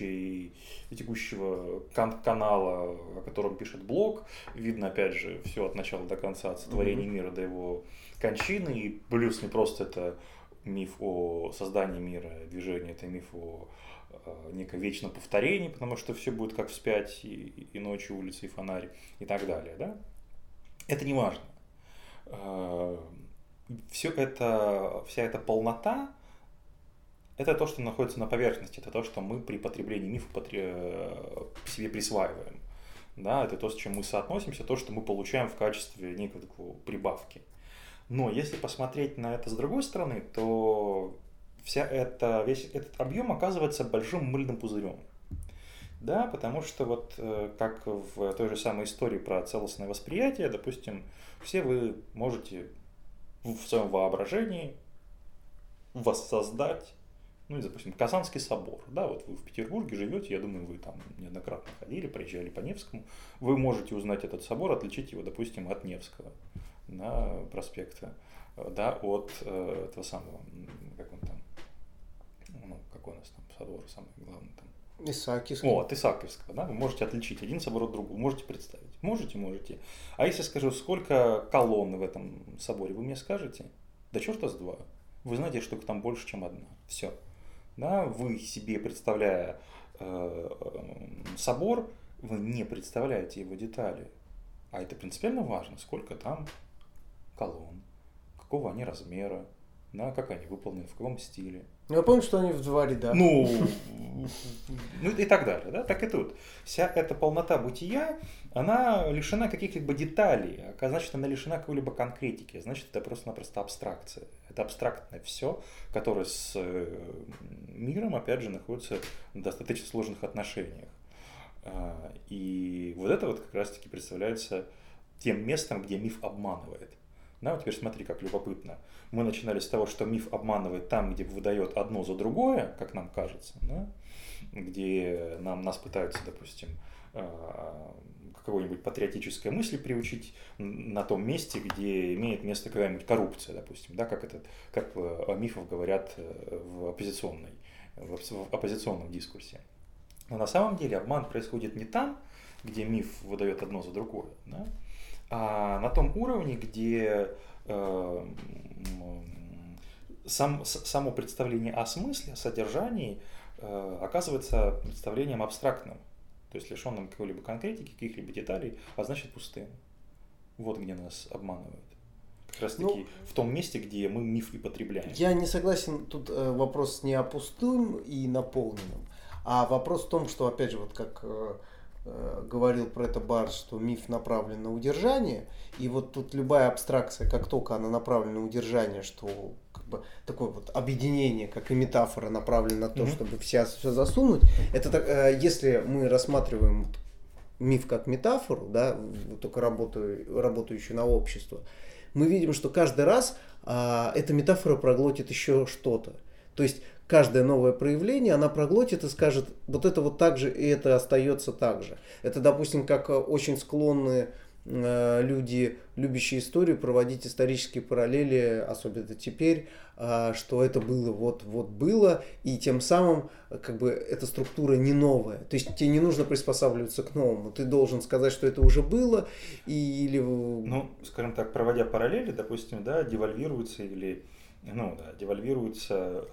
текущего канала, о котором пишет блог, видно, опять же, все от начала до конца, от сотворения мира до его кончины, и плюс не просто это миф о создании мира, движения, это миф о неком вечном повторении, потому что все будет как вспять, и ночью улицы, и фонарь, и так далее. Да? Это не важно. Вся эта полнота, это то, что находится на поверхности, это то, что мы при потреблении мифа себе присваиваем. Да, это то, с чем мы соотносимся, то, что мы получаем в качестве некой такой прибавки. Но если посмотреть на это с другой стороны, то весь этот объем оказывается большим мыльным пузырем. Да, потому что вот как в той же самой истории про целостное восприятие, допустим, все вы можете в своем воображении воссоздать, ну, допустим, Казанский собор. Да, вот вы в Петербурге живете, я думаю, вы там неоднократно ходили, проезжали по Невскому. Вы можете узнать этот собор, отличить его, допустим, от Невского, да, проспекта, да, от этого самого, как он там, ну, какой у нас там собор самый главный там. Исаакиевского. От Исаакиевского, да, вы можете отличить один собор от другого, можете представить. Можете. А если скажу, сколько колонн в этом соборе, вы мне скажете? Да черта с два. Вы знаете, что там больше, чем одна. Все. Да, вы себе, представляя собор, вы не представляете его детали. А это принципиально важно, сколько там колонн, какого они размера, да, как они выполнены, в каком стиле. Я помню, что они в два ряда. Ну и так далее, да, так и тут. Вся эта полнота бытия, она лишена каких-либо деталей, а значит, она лишена какой-либо конкретики, значит, это просто-напросто абстракция. Это абстрактное все, которое с миром, опять же, находится в достаточно сложных отношениях. И вот это вот как раз-таки представляется тем местом, где миф обманывает. Да, вот теперь смотри, как любопытно. Мы начинали с того, что миф обманывает там, где выдает одно за другое, как нам кажется, да? Где нас пытаются, допустим, какой-нибудь патриотической мысли приучить на том месте, где имеет место какая-нибудь коррупция, допустим, да, как о мифах говорят в оппозиционном дискурсе. Но на самом деле обман происходит не там, где миф выдает одно за другое, да? А на том уровне, где само представление о смысле, о содержании оказывается представлением абстрактным, то есть лишенным какой-либо конкретики, каких-либо деталей, а значит пустым. Вот где нас обманывают. Как раз таки в том месте, где мы миф и потребляем. Я не согласен, тут вопрос не о пустым и наполненном, а вопрос в том, что, опять же, вот как говорил про это Барс, что миф направлен на удержание, и вот тут любая абстракция, как только она направлена на удержание, что как бы такое вот объединение, как и метафора, направлена на то, чтобы все засунуть, это так, если мы рассматриваем миф как метафору, да, только работающую на общество, мы видим, что каждый раз эта метафора проглотит еще что-то. То есть каждое новое проявление она проглотит и скажет, вот это вот так же, и это остается так же. Это, допустим, как очень склонны люди, любящие историю, проводить исторические параллели, особенно теперь, что это было вот было, и тем самым как бы эта структура не новая. То есть тебе не нужно приспосабливаться к новому, ты должен сказать, что это уже было, или... Ну, скажем так, проводя параллели, допустим, да, девальвируется или... девальвируется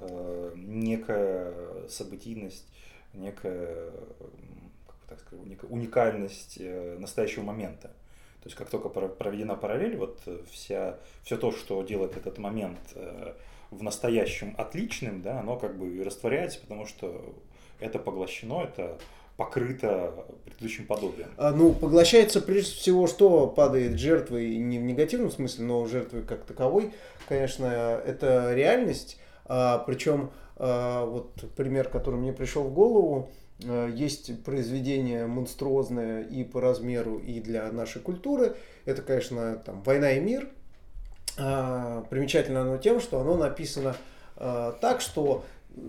некая событийность, некая, как бы так сказать, уникальность настоящего момента. То есть как только проведена параллель, вот все то, что делает этот момент в настоящем отличным, да, оно как бы растворяется, потому что это поглощено, это покрыто предыдущим подобием. Поглощается прежде всего, что падает жертвой, не в негативном смысле, но жертвой как таковой, конечно, это реальность. Причем вот пример, который мне пришел в голову, есть произведение монструозное и по размеру, и для нашей культуры. Это, конечно, там «Война и мир». Примечательно оно тем, что оно написано так, что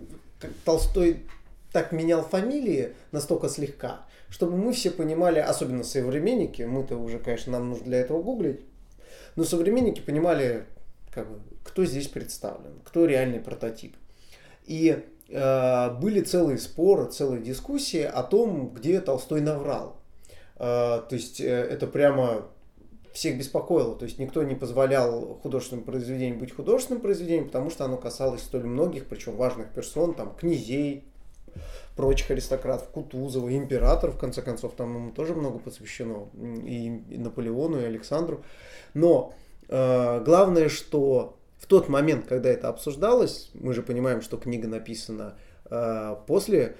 Толстой так менял фамилии настолько слегка, чтобы мы все понимали, особенно современники, мы-то уже, конечно, нам нужно для этого гуглить, но современники понимали, как бы, кто здесь представлен, кто реальный прототип. И были целые споры, целые дискуссии о том, где Толстой наврал. То есть это прямо всех беспокоило. То есть никто не позволял художественным произведениям быть художественным произведением, потому что оно касалось столь многих, причем важных персон, там, князей, прочих аристократов, Кутузова, императоров, в конце концов, там ему тоже много посвящено, и Наполеону, и Александру. Но главное, что в тот момент, когда это обсуждалось, мы же понимаем, что книга написана после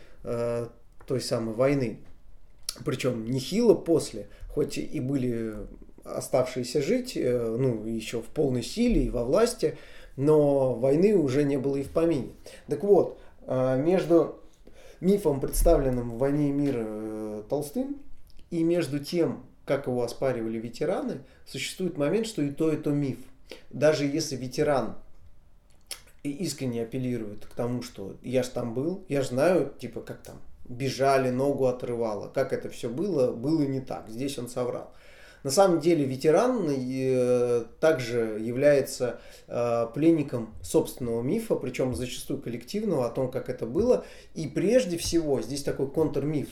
той самой войны, причем нехило после, хоть и были оставшиеся жить, еще в полной силе и во власти, но войны уже не было и в помине. Так вот, между мифом, представленным в «Войне и мир» Толстым, и между тем, как его оспаривали ветераны, существует момент, что и то миф. Даже если ветеран искренне апеллирует к тому, что я ж там был, я ж знаю, типа, как там бежали, ногу отрывало, как это все было не так, здесь он соврал. На самом деле ветеран также является пленником собственного мифа, причем зачастую коллективного, о том, как это было. И прежде всего, здесь такой контрмиф.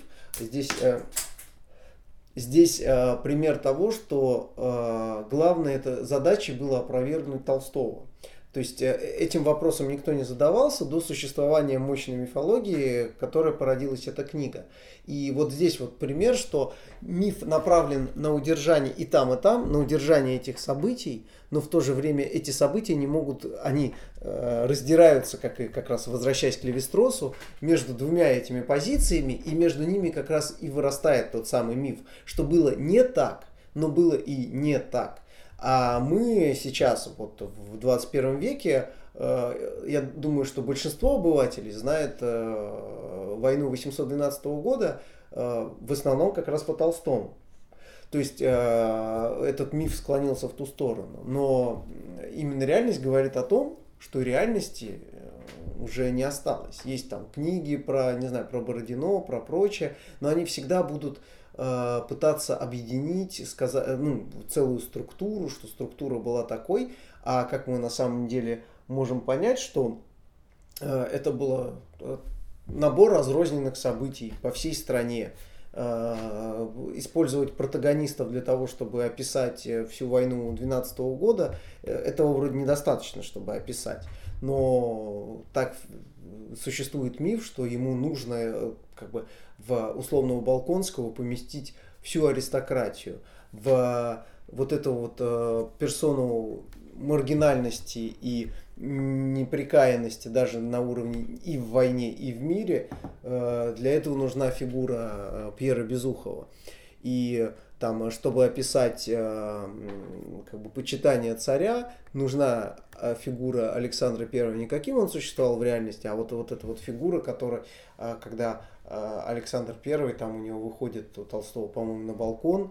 Здесь пример того, что главной задачей было опровергнуть Толстого. То есть этим вопросом никто не задавался до существования мощной мифологии, которой породилась эта книга. И вот здесь вот пример, что миф направлен на удержание и там, на удержание этих событий, но в то же время эти события не могут, они раздираются, как раз возвращаясь к Левистросу, между двумя этими позициями, и между ними как раз и вырастает тот самый миф, что было не так, но было и не так. А мы сейчас, вот в 21 веке, я думаю, что большинство обывателей знает войну 812 года в основном как раз по Толстому. То есть этот миф склонился в ту сторону. Но именно реальность говорит о том, что реальности уже не осталось. Есть там книги про Бородино, про прочее, но они всегда будут пытаться объединить целую структуру, что структура была такой, а как мы на самом деле можем понять, что это был набор разрозненных событий по всей стране. Использовать протагонистов для того, чтобы описать всю войну 12 года, этого вроде недостаточно, чтобы описать. Но так существует миф, что ему нужно в условного Болконского поместить всю аристократию, в вот эту вот персону маргинальности и неприкаянности даже на уровне и в войне, и в мире, для этого нужна фигура Пьера Безухова. И там, чтобы описать как бы почитание царя, нужна фигура Александра I, не каким он существовал в реальности, а вот эта вот фигура, которая, когда Александр I, там у него выходит у Толстого, по-моему, на балкон,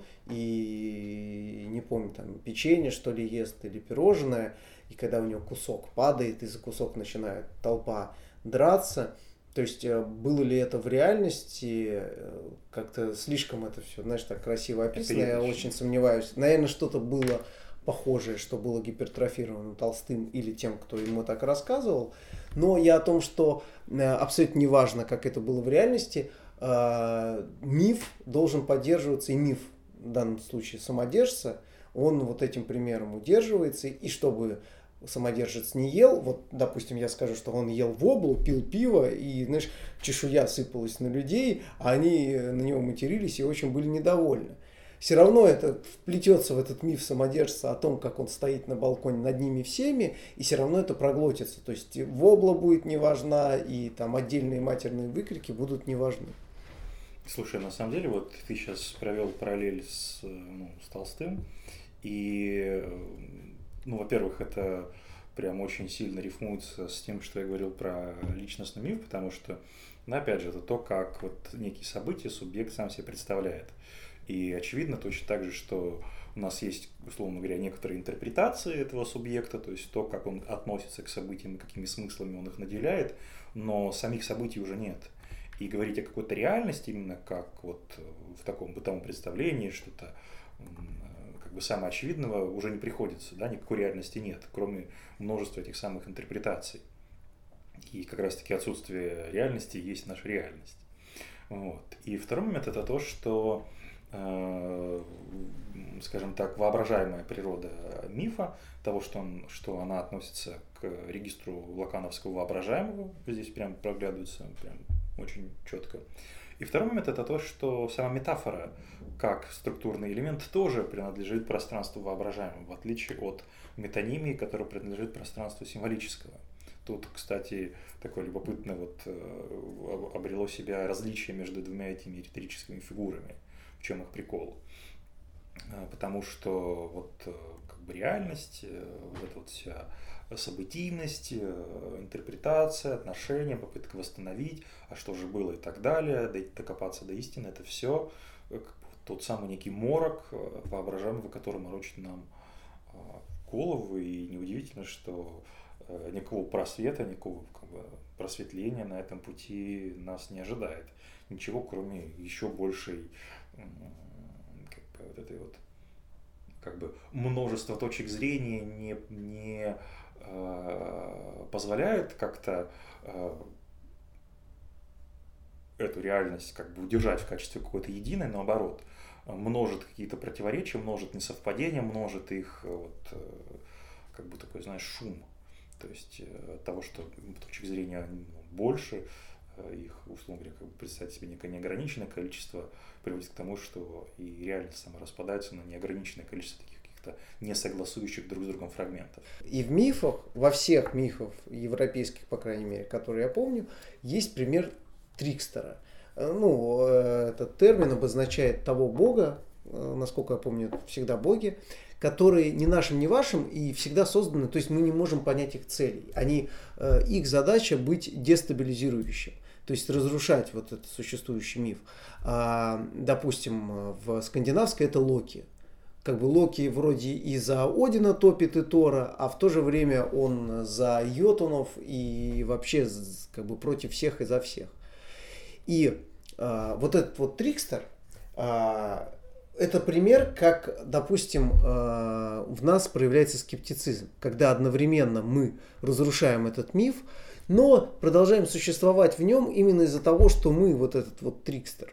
и не помню, там печенье, что ли, ест, или пирожное, и когда у него кусок падает, и за кусок начинает толпа драться. То есть, было ли это в реальности, как-то слишком это все, знаешь, так красиво описано, я очень сомневаюсь. Наверное, что-то было похожее, что было гипертрофировано Толстым или тем, кто ему так рассказывал. Но я о том, что абсолютно неважно, как это было в реальности, миф должен поддерживаться, и миф, в данном случае самодержца, он вот этим примером удерживается, и чтобы самодержец не ел, вот, допустим, я скажу, что он ел воблу, пил пиво, и, знаешь, чешуя сыпалась на людей, а они на него матерились и очень были недовольны. Все равно это вплетется в этот миф самодержца о том, как он стоит на балконе над ними всеми, и все равно это проглотится. То есть вобла будет не важна, и там отдельные матерные выкрики будут не важны. Слушай, на самом деле, вот ты сейчас провел параллель с Толстым, и, во-первых, это прям очень сильно рифмуется с тем, что я говорил про личностный миф, потому что, опять же, это то, как вот некие события субъект сам себе представляет. И очевидно точно так же, что у нас есть, условно говоря, некоторые интерпретации этого субъекта, то есть то, как он относится к событиям, какими смыслами он их наделяет, но самих событий уже нет. И говорить о какой-то реальности, именно как вот в таком бытовом представлении, что-то как бы самоочевидного уже не приходится, да, никакой реальности нет, кроме множества этих самых интерпретаций. И как раз-таки отсутствие реальности есть наша реальность. Вот. И второй момент – это то, что, скажем так, воображаемая природа мифа, того, что она относится к регистру лакановского воображаемого, здесь прям проглядывается прям очень четко. И второй момент – это то, что сама метафора, как структурный элемент, тоже принадлежит пространству воображаемого, в отличие от метонимии, которая принадлежит пространству символического. Тут, кстати, такое любопытное вот обрело себя различие между двумя этими риторическими фигурами. В чем их прикол? Потому что вот как бы реальность, вот эта вот вся событийность, интерпретация, отношения, попытка восстановить, а что же было и так далее, докопаться до истины, это все тот самый некий морок воображаемого, который морочит нам голову, и неудивительно, что никакого просвета, никакого как бы просветления на этом пути нас не ожидает. Ничего, кроме еще большей как бы, вот этой вот как бы множества точек зрения не позволяет как-то эту реальность как бы удержать в качестве какой-то единой, наоборот, множит какие-то противоречия, множит несовпадения, множит их вот, как бы такой, знаешь, шум. То есть от того, что точек зрения больше, их, условно говоря, как бы представить себе некое неограниченное количество, приводит к тому, что и реальность сама распадается на неограниченное количество таких каких-то несогласующих друг с другом фрагментов. И в мифах, во всех мифах европейских, по крайней мере, которые я помню, есть пример трикстера. Этот термин обозначает того бога, насколько я помню, всегда боги, которые ни нашим, ни вашим и всегда созданы, то есть мы не можем понять их целей. Их задача быть дестабилизирующим, то есть разрушать вот этот существующий миф. Допустим, в скандинавской это Локи. Как бы Локи вроде и за Одина топит, и Тора, а в то же время он за йотунов и вообще как бы против всех и за всех. И вот этот вот трикстер, это пример, как, допустим, в нас проявляется скептицизм, когда одновременно мы разрушаем этот миф, но продолжаем существовать в нем именно из-за того, что мы вот этот вот трикстер.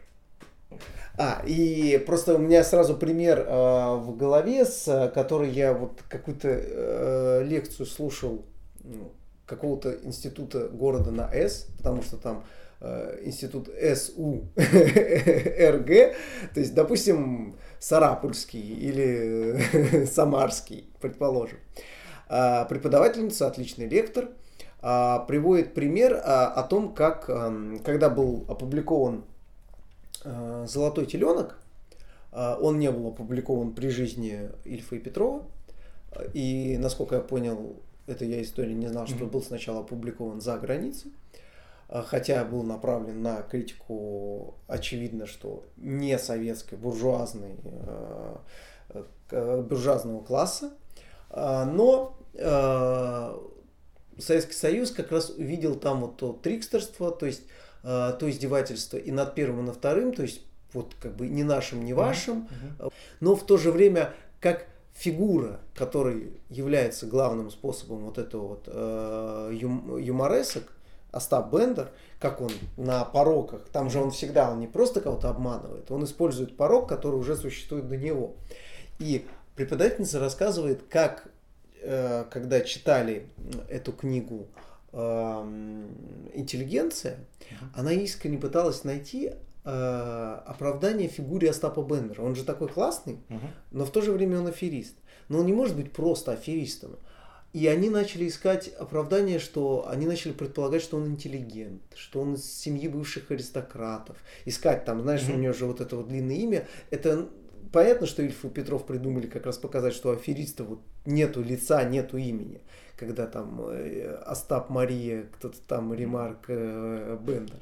И просто у меня сразу пример в голове, с которой я вот какую-то лекцию слушал какого-то института города на С, потому что там институт СУРГ, то есть, допустим, Сарапульский или Самарский, предположим. Преподавательница, отличный лектор, приводит пример о том, как, когда был опубликован «Золотой теленок», он не был опубликован при жизни Ильфа и Петрова, и, насколько я понял, это я истории не знал, что был сначала опубликован за границей, хотя был направлен на критику, очевидно, что не советской, буржуазного класса, но Советский Союз как раз увидел там вот то трикстерство, то есть то издевательство и над первым, и над вторым, то есть вот как бы ни нашим, ни вашим, но в то же время как фигура, которая является главным способом вот этого вот юморесок, Остап Бендер, как он на пороках, там же он всегда, он не просто кого-то обманывает, он использует порок, который уже существует до него. И преподавательница рассказывает, как, когда читали эту книгу «Интеллигенция», она искренне пыталась найти оправдание фигуре Остапа Бендера. Он же такой классный, но в то же время он аферист. Но он не может быть просто аферистом. И они начали искать оправдание, что они начали предполагать, что он интеллигент, что он из семьи бывших аристократов. Искать там, знаешь, у него же вот это вот длинное имя. Это понятно, что Ильф и Петров придумали как раз показать, что у афериста вот нету лица, нету имени. Когда там Остап Мария, кто-то там Ремарк Бендер.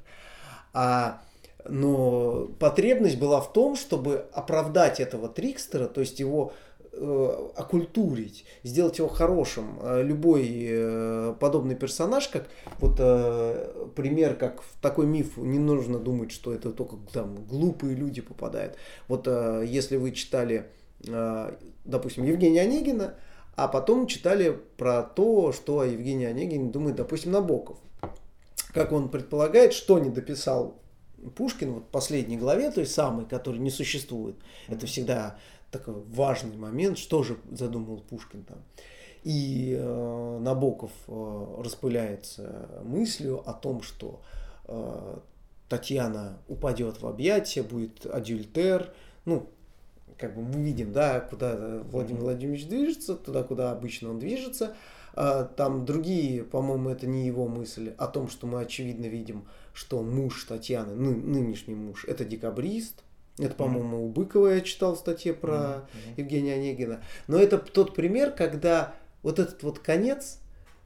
Но потребность была в том, чтобы оправдать этого трикстера, то есть его окультурить, сделать его хорошим. Любой подобный персонаж, как вот пример, как в такой миф, не нужно думать, что это только там глупые люди попадают. Вот если вы читали, допустим, Евгения Онегина, а потом читали про то, что о Евгении Онегине думает, допустим, Набоков. Как он предполагает, что не дописал Пушкин вот в последней главе, той самой, которой не существует. Это всегда такой важный момент, что же задумал Пушкин там. И Набоков распыляется мыслью о том, что Татьяна упадет в объятия, будет адюльтер. Ну, как бы мы видим, да, куда Владимир Владимирович движется, туда, куда обычно он движется. Там другие, по-моему, это не его мысль, о том, что мы очевидно видим, что муж Татьяны, нынешний муж, это декабрист. Это, по-моему, у Быкова я читал в статье про Евгения Онегина. Но это тот пример, когда вот этот вот конец,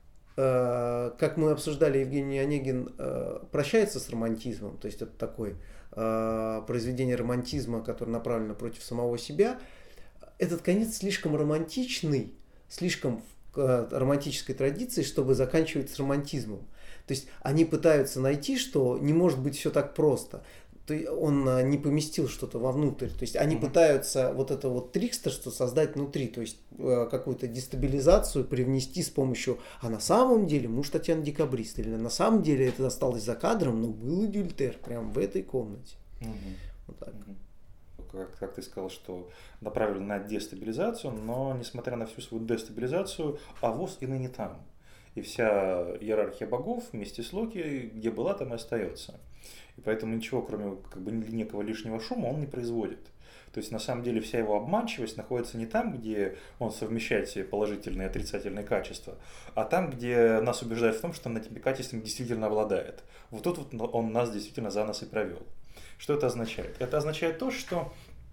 как мы обсуждали, Евгений Онегин прощается с романтизмом. То есть это такое произведение романтизма, которое направлено против самого себя. Этот конец слишком романтичный, слишком романтической традиции, чтобы заканчивать с романтизмом. То есть они пытаются найти, что не может быть все так просто. Он не поместил что-то вовнутрь. То есть они пытаются вот это вот трикстерство создать внутри, то есть какую-то дестабилизацию привнести с помощью, а на самом деле муж Татьяны декабрист, или на самом деле это осталось за кадром, но был адюльтер прямо в этой комнате. Вот так. Как ты сказал, что направлен на дестабилизацию, но несмотря на всю свою дестабилизацию, авось и ныне там. И вся иерархия богов вместе с Локи, где была, там и остается. И поэтому ничего, кроме как бы некого лишнего шума, он не производит. То есть на самом деле вся его обманчивость находится не там, где он совмещает себе положительные и отрицательные качества, а там, где нас убеждают в том, что он этими качествами действительно обладает. Вот тут вот он нас действительно за нас и провел. Что это означает? Это означает то, что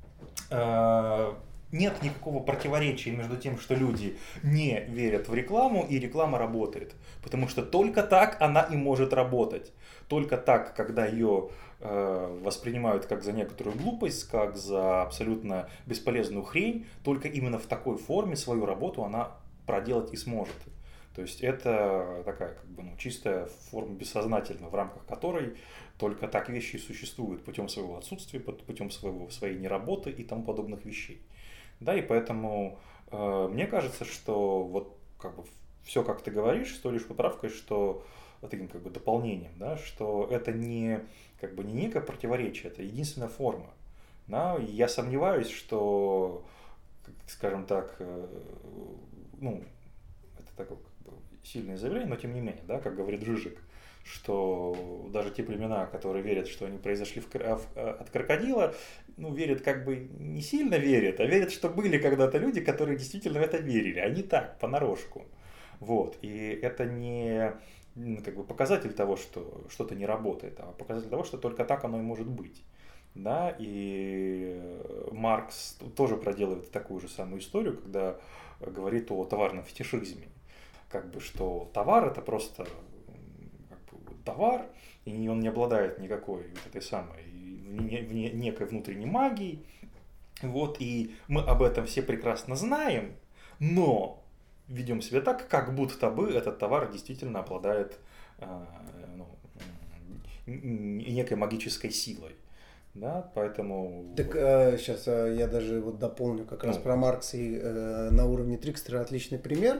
нет никакого противоречия между тем, что люди не верят в рекламу, и реклама работает. Потому что только так она и может работать. Только так, когда ее воспринимают как за некоторую глупость, как за абсолютно бесполезную хрень, только именно в такой форме свою работу она проделать и сможет. То есть это такая как бы, чистая форма бессознательная, в рамках которой только так вещи и существуют путем своего отсутствия, путем своей неработы и тому подобных вещей. Да, и поэтому мне кажется, что вот как бы все, как ты говоришь, с той лишь поправкой, что таким как бы дополнением, да, что это не как бы не некое противоречие, это единственная форма. Да, и я сомневаюсь, что, скажем так, это такой, как бы, сильные заявления, но тем не менее, да, как говорит Жижик, что даже те племена, которые верят, что они произошли от крокодила, ну, верят как бы не сильно верят, а верят, что были когда-то люди, которые действительно в это верили, а не так, понарошку. Вот. И это не как бы показатель того, что что-то не работает, а показатель того, что только так оно и может быть. Да? И Маркс тоже проделывает такую же самую историю, когда говорит о товарном фетишизме. Как бы, что товар это просто товар, и он не обладает никакой вот этой самой некой внутренней магией. Вот, и мы об этом все прекрасно знаем, но ведем себя так, как будто бы этот товар действительно обладает некой магической силой. Да, поэтому... Так сейчас я даже вот дополню как раз про Маркса и на уровне Трикстера отличный пример.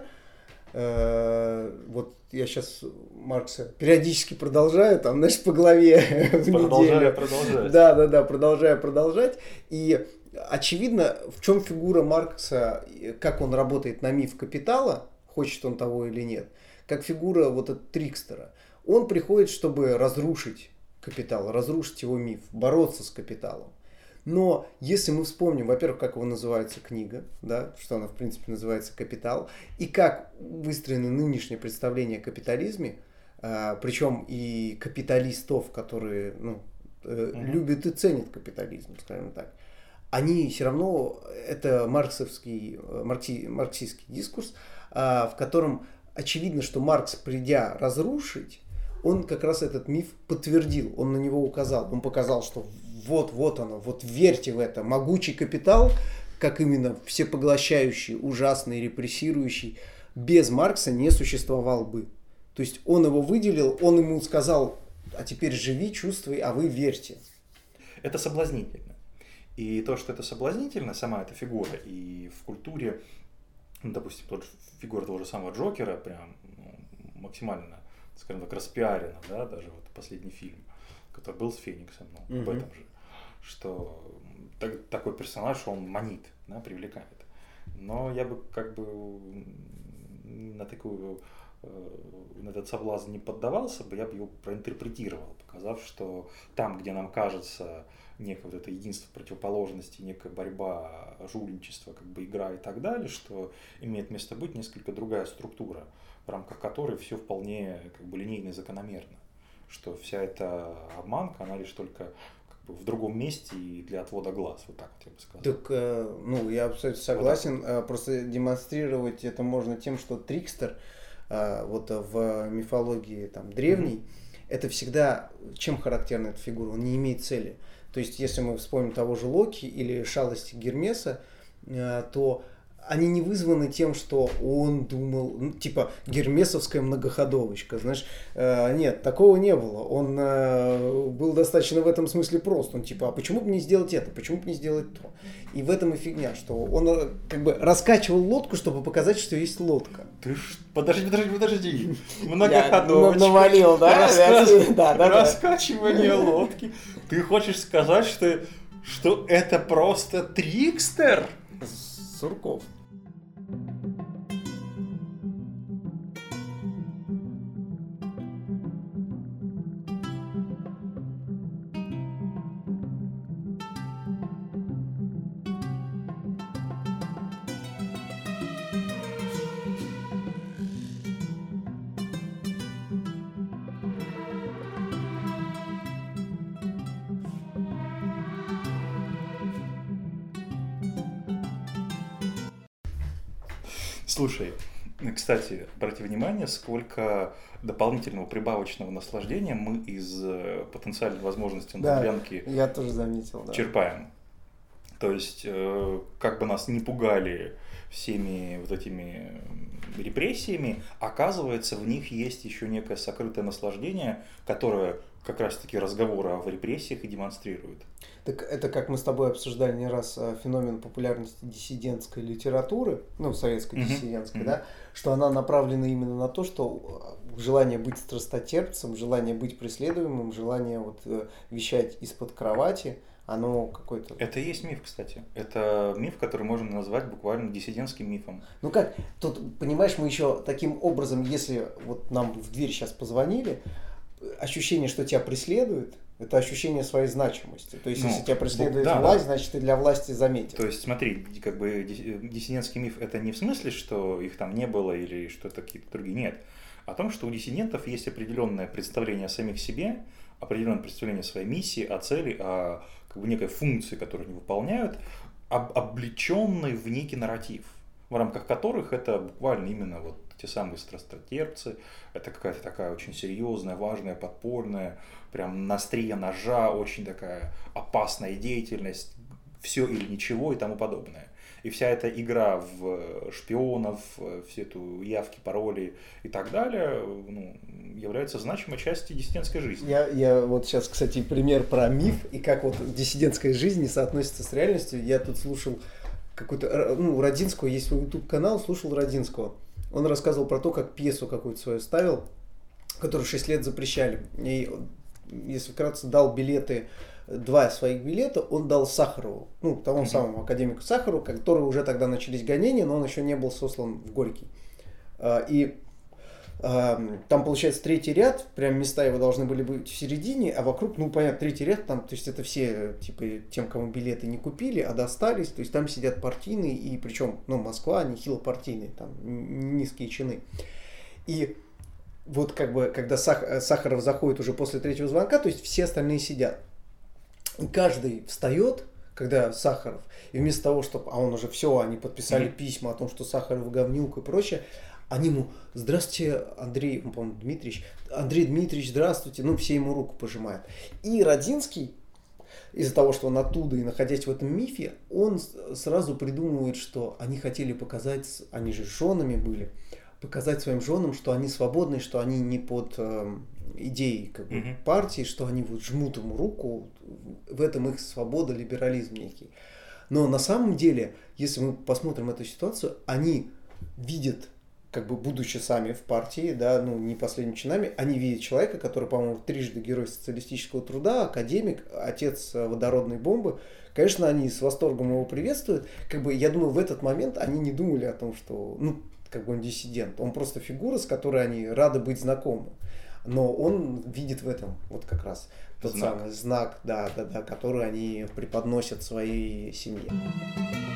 Вот я сейчас Маркса периодически продолжаю, там, знаешь, по главе в неделю. Продолжать. Да, продолжать. И очевидно, в чем фигура Маркса, как он работает на миф капитала, хочет он того или нет, как фигура вот от Трикстера. Он приходит, чтобы разрушить капитал, разрушить его миф, бороться с капиталом. Но если мы вспомним, во-первых, как его называется книга, да, что она в принципе называется «Капитал», и как выстроено нынешнее представление о капитализме, причем и капиталистов, которые любят и ценят капитализм, скажем так, они все равно, это марксистский дискурс, в котором очевидно, что Маркс, придя разрушить, он как раз этот миф подтвердил, он на него указал, он показал, что вот оно, вот верьте в это, могучий капитал, как именно всепоглощающий, ужасный, репрессирующий, без Маркса не существовал бы. То есть он его выделил, он ему сказал, а теперь живи, чувствуй, а вы верьте. Это соблазнительно. И то, что это соблазнительно, сама эта фигура, и в культуре, допустим, фигура того же самого Джокера, прям максимально, скажем так, распиарена, да, даже вот последний фильм, который был с Фениксом, об этом же, что такой персонаж, он манит, да, привлекает. Но я бы как бы на этот соблазн не поддавался бы, я бы его проинтерпретировал, показав, что там, где нам кажется некое вот это единство противоположностей, некая борьба, жульничество, как бы игра и так далее, что имеет место быть несколько другая структура, в рамках которой все вполне как бы линейно и закономерно, что вся эта обманка, она лишь только как бы в другом месте и для отвода глаз, вот так вот я бы сказал. Так, я абсолютно согласен, вот просто демонстрировать это можно тем, что Трикстер вот в мифологии там древней, это всегда, чем характерна эта фигура, он не имеет цели. То есть, если мы вспомним того же Локи или шалости Гермеса, то они не вызваны тем, что он думал, типа гермесовская многоходовочка, знаешь, нет, такого не было. Он был достаточно в этом смысле прост. Он типа, а почему бы не сделать это, почему бы не сделать то? И в этом и фигня, что он как бы раскачивал лодку, чтобы показать, что есть лодка. Подожди. Многоходовочка. Навалил, да? Раскачивание лодки. Ты хочешь сказать, что это просто Трикстер? Сурков. Слушай, кстати, обрати внимание, сколько дополнительного прибавочного наслаждения мы из потенциальной возможности надленки я тоже заметил, черпаем. То есть, как бы нас не пугали всеми вот этими репрессиями, оказывается, в них есть еще некое сокрытое наслаждение, которое как раз-таки разговоры о репрессиях и демонстрирует. Так это, как мы с тобой обсуждали не раз, феномен популярности диссидентской литературы, советской диссидентской, да, что она направлена именно на то, что желание быть страстотерпцем, желание быть преследуемым, желание вещать из-под кровати, оно какое-то... Это и есть миф, кстати. Это миф, который можно назвать буквально диссидентским мифом. Ну как, тут, понимаешь, мы еще таким образом, если вот нам в дверь сейчас позвонили, ощущение, что тебя преследуют, это ощущение своей значимости. То есть, если тебя преследует власть, значит, ты для власти заметен. То есть, смотри, как бы диссидентский миф это не в смысле, что их там не было или что это какие-то другие. Нет. О том, что у диссидентов есть определенное представление о самих себе, определенное представление о своей миссии, о цели, о как бы некой функции, которую они выполняют, облеченной в некий нарратив, в рамках которых это буквально именно вот те самые страстотерпцы, это какая-то такая очень серьезная, важная, подпольная, прям на острие ножа, очень такая опасная деятельность, все или ничего и тому подобное. И вся эта игра в шпионов, все эту явки, пароли и так далее, ну, является значимой частью диссидентской жизни. Я вот сейчас, кстати, пример про миф и как вот диссидентская жизнь не соотносится с реальностью. Я тут слушал какой-то, ну, у Родинского есть свой YouTube-канал, слушал Родинского. Он рассказывал про то, как пьесу какую-то свою ставил, которую 6 лет запрещали. И, если вкратце, дал билеты, 2 своих билета он дал Сахарову, ну, тому самому академику Сахарову, который уже тогда начались гонения, но он еще не был сослан в Горький. И там, получается, 3-й ряд, прям места его должны были быть в середине, а вокруг, ну, понятно, 3-й ряд, там, то есть это все, типа, тем, кому билеты не купили, а достались, то есть там сидят партийные, и причем, ну, Москва, нехило партийные, там, низкие чины. И вот, как бы, когда Сахаров заходит уже после 3-го звонка, то есть все остальные сидят. И каждый встает, когда Сахаров, и вместо того, чтобы, а он уже все, они подписали письма о том, что Сахаров говнюк и прочее, они ему: здравствуйте, Андрей, он, по-моему, Дмитриевич, Андрей Дмитриевич, здравствуйте, ну, все ему руку пожимают. И Родинский, из-за того, что он оттуда и находясь в этом мифе, он сразу придумывает, что они хотели показать, они же с женами были, показать своим женам, что они свободны, что они не под идеей как бы, партии, что они вот жмут ему руку, в этом их свобода, либерализм некий. Но на самом деле, если мы посмотрим эту ситуацию, они видят, как бы будучи сами в партии, да, ну не последними чинами, они видят человека, который, по-моему, 3-dy герой социалистического труда, академик, отец водородной бомбы. Конечно, они с восторгом его приветствуют. Как бы, я думаю, в этот момент они не думали о том, что, ну, как бы он диссидент. Он просто фигура, с которой они рады быть знакомы. Но он видит в этом вот как раз тот самый знак, да, который они преподносят своей семье.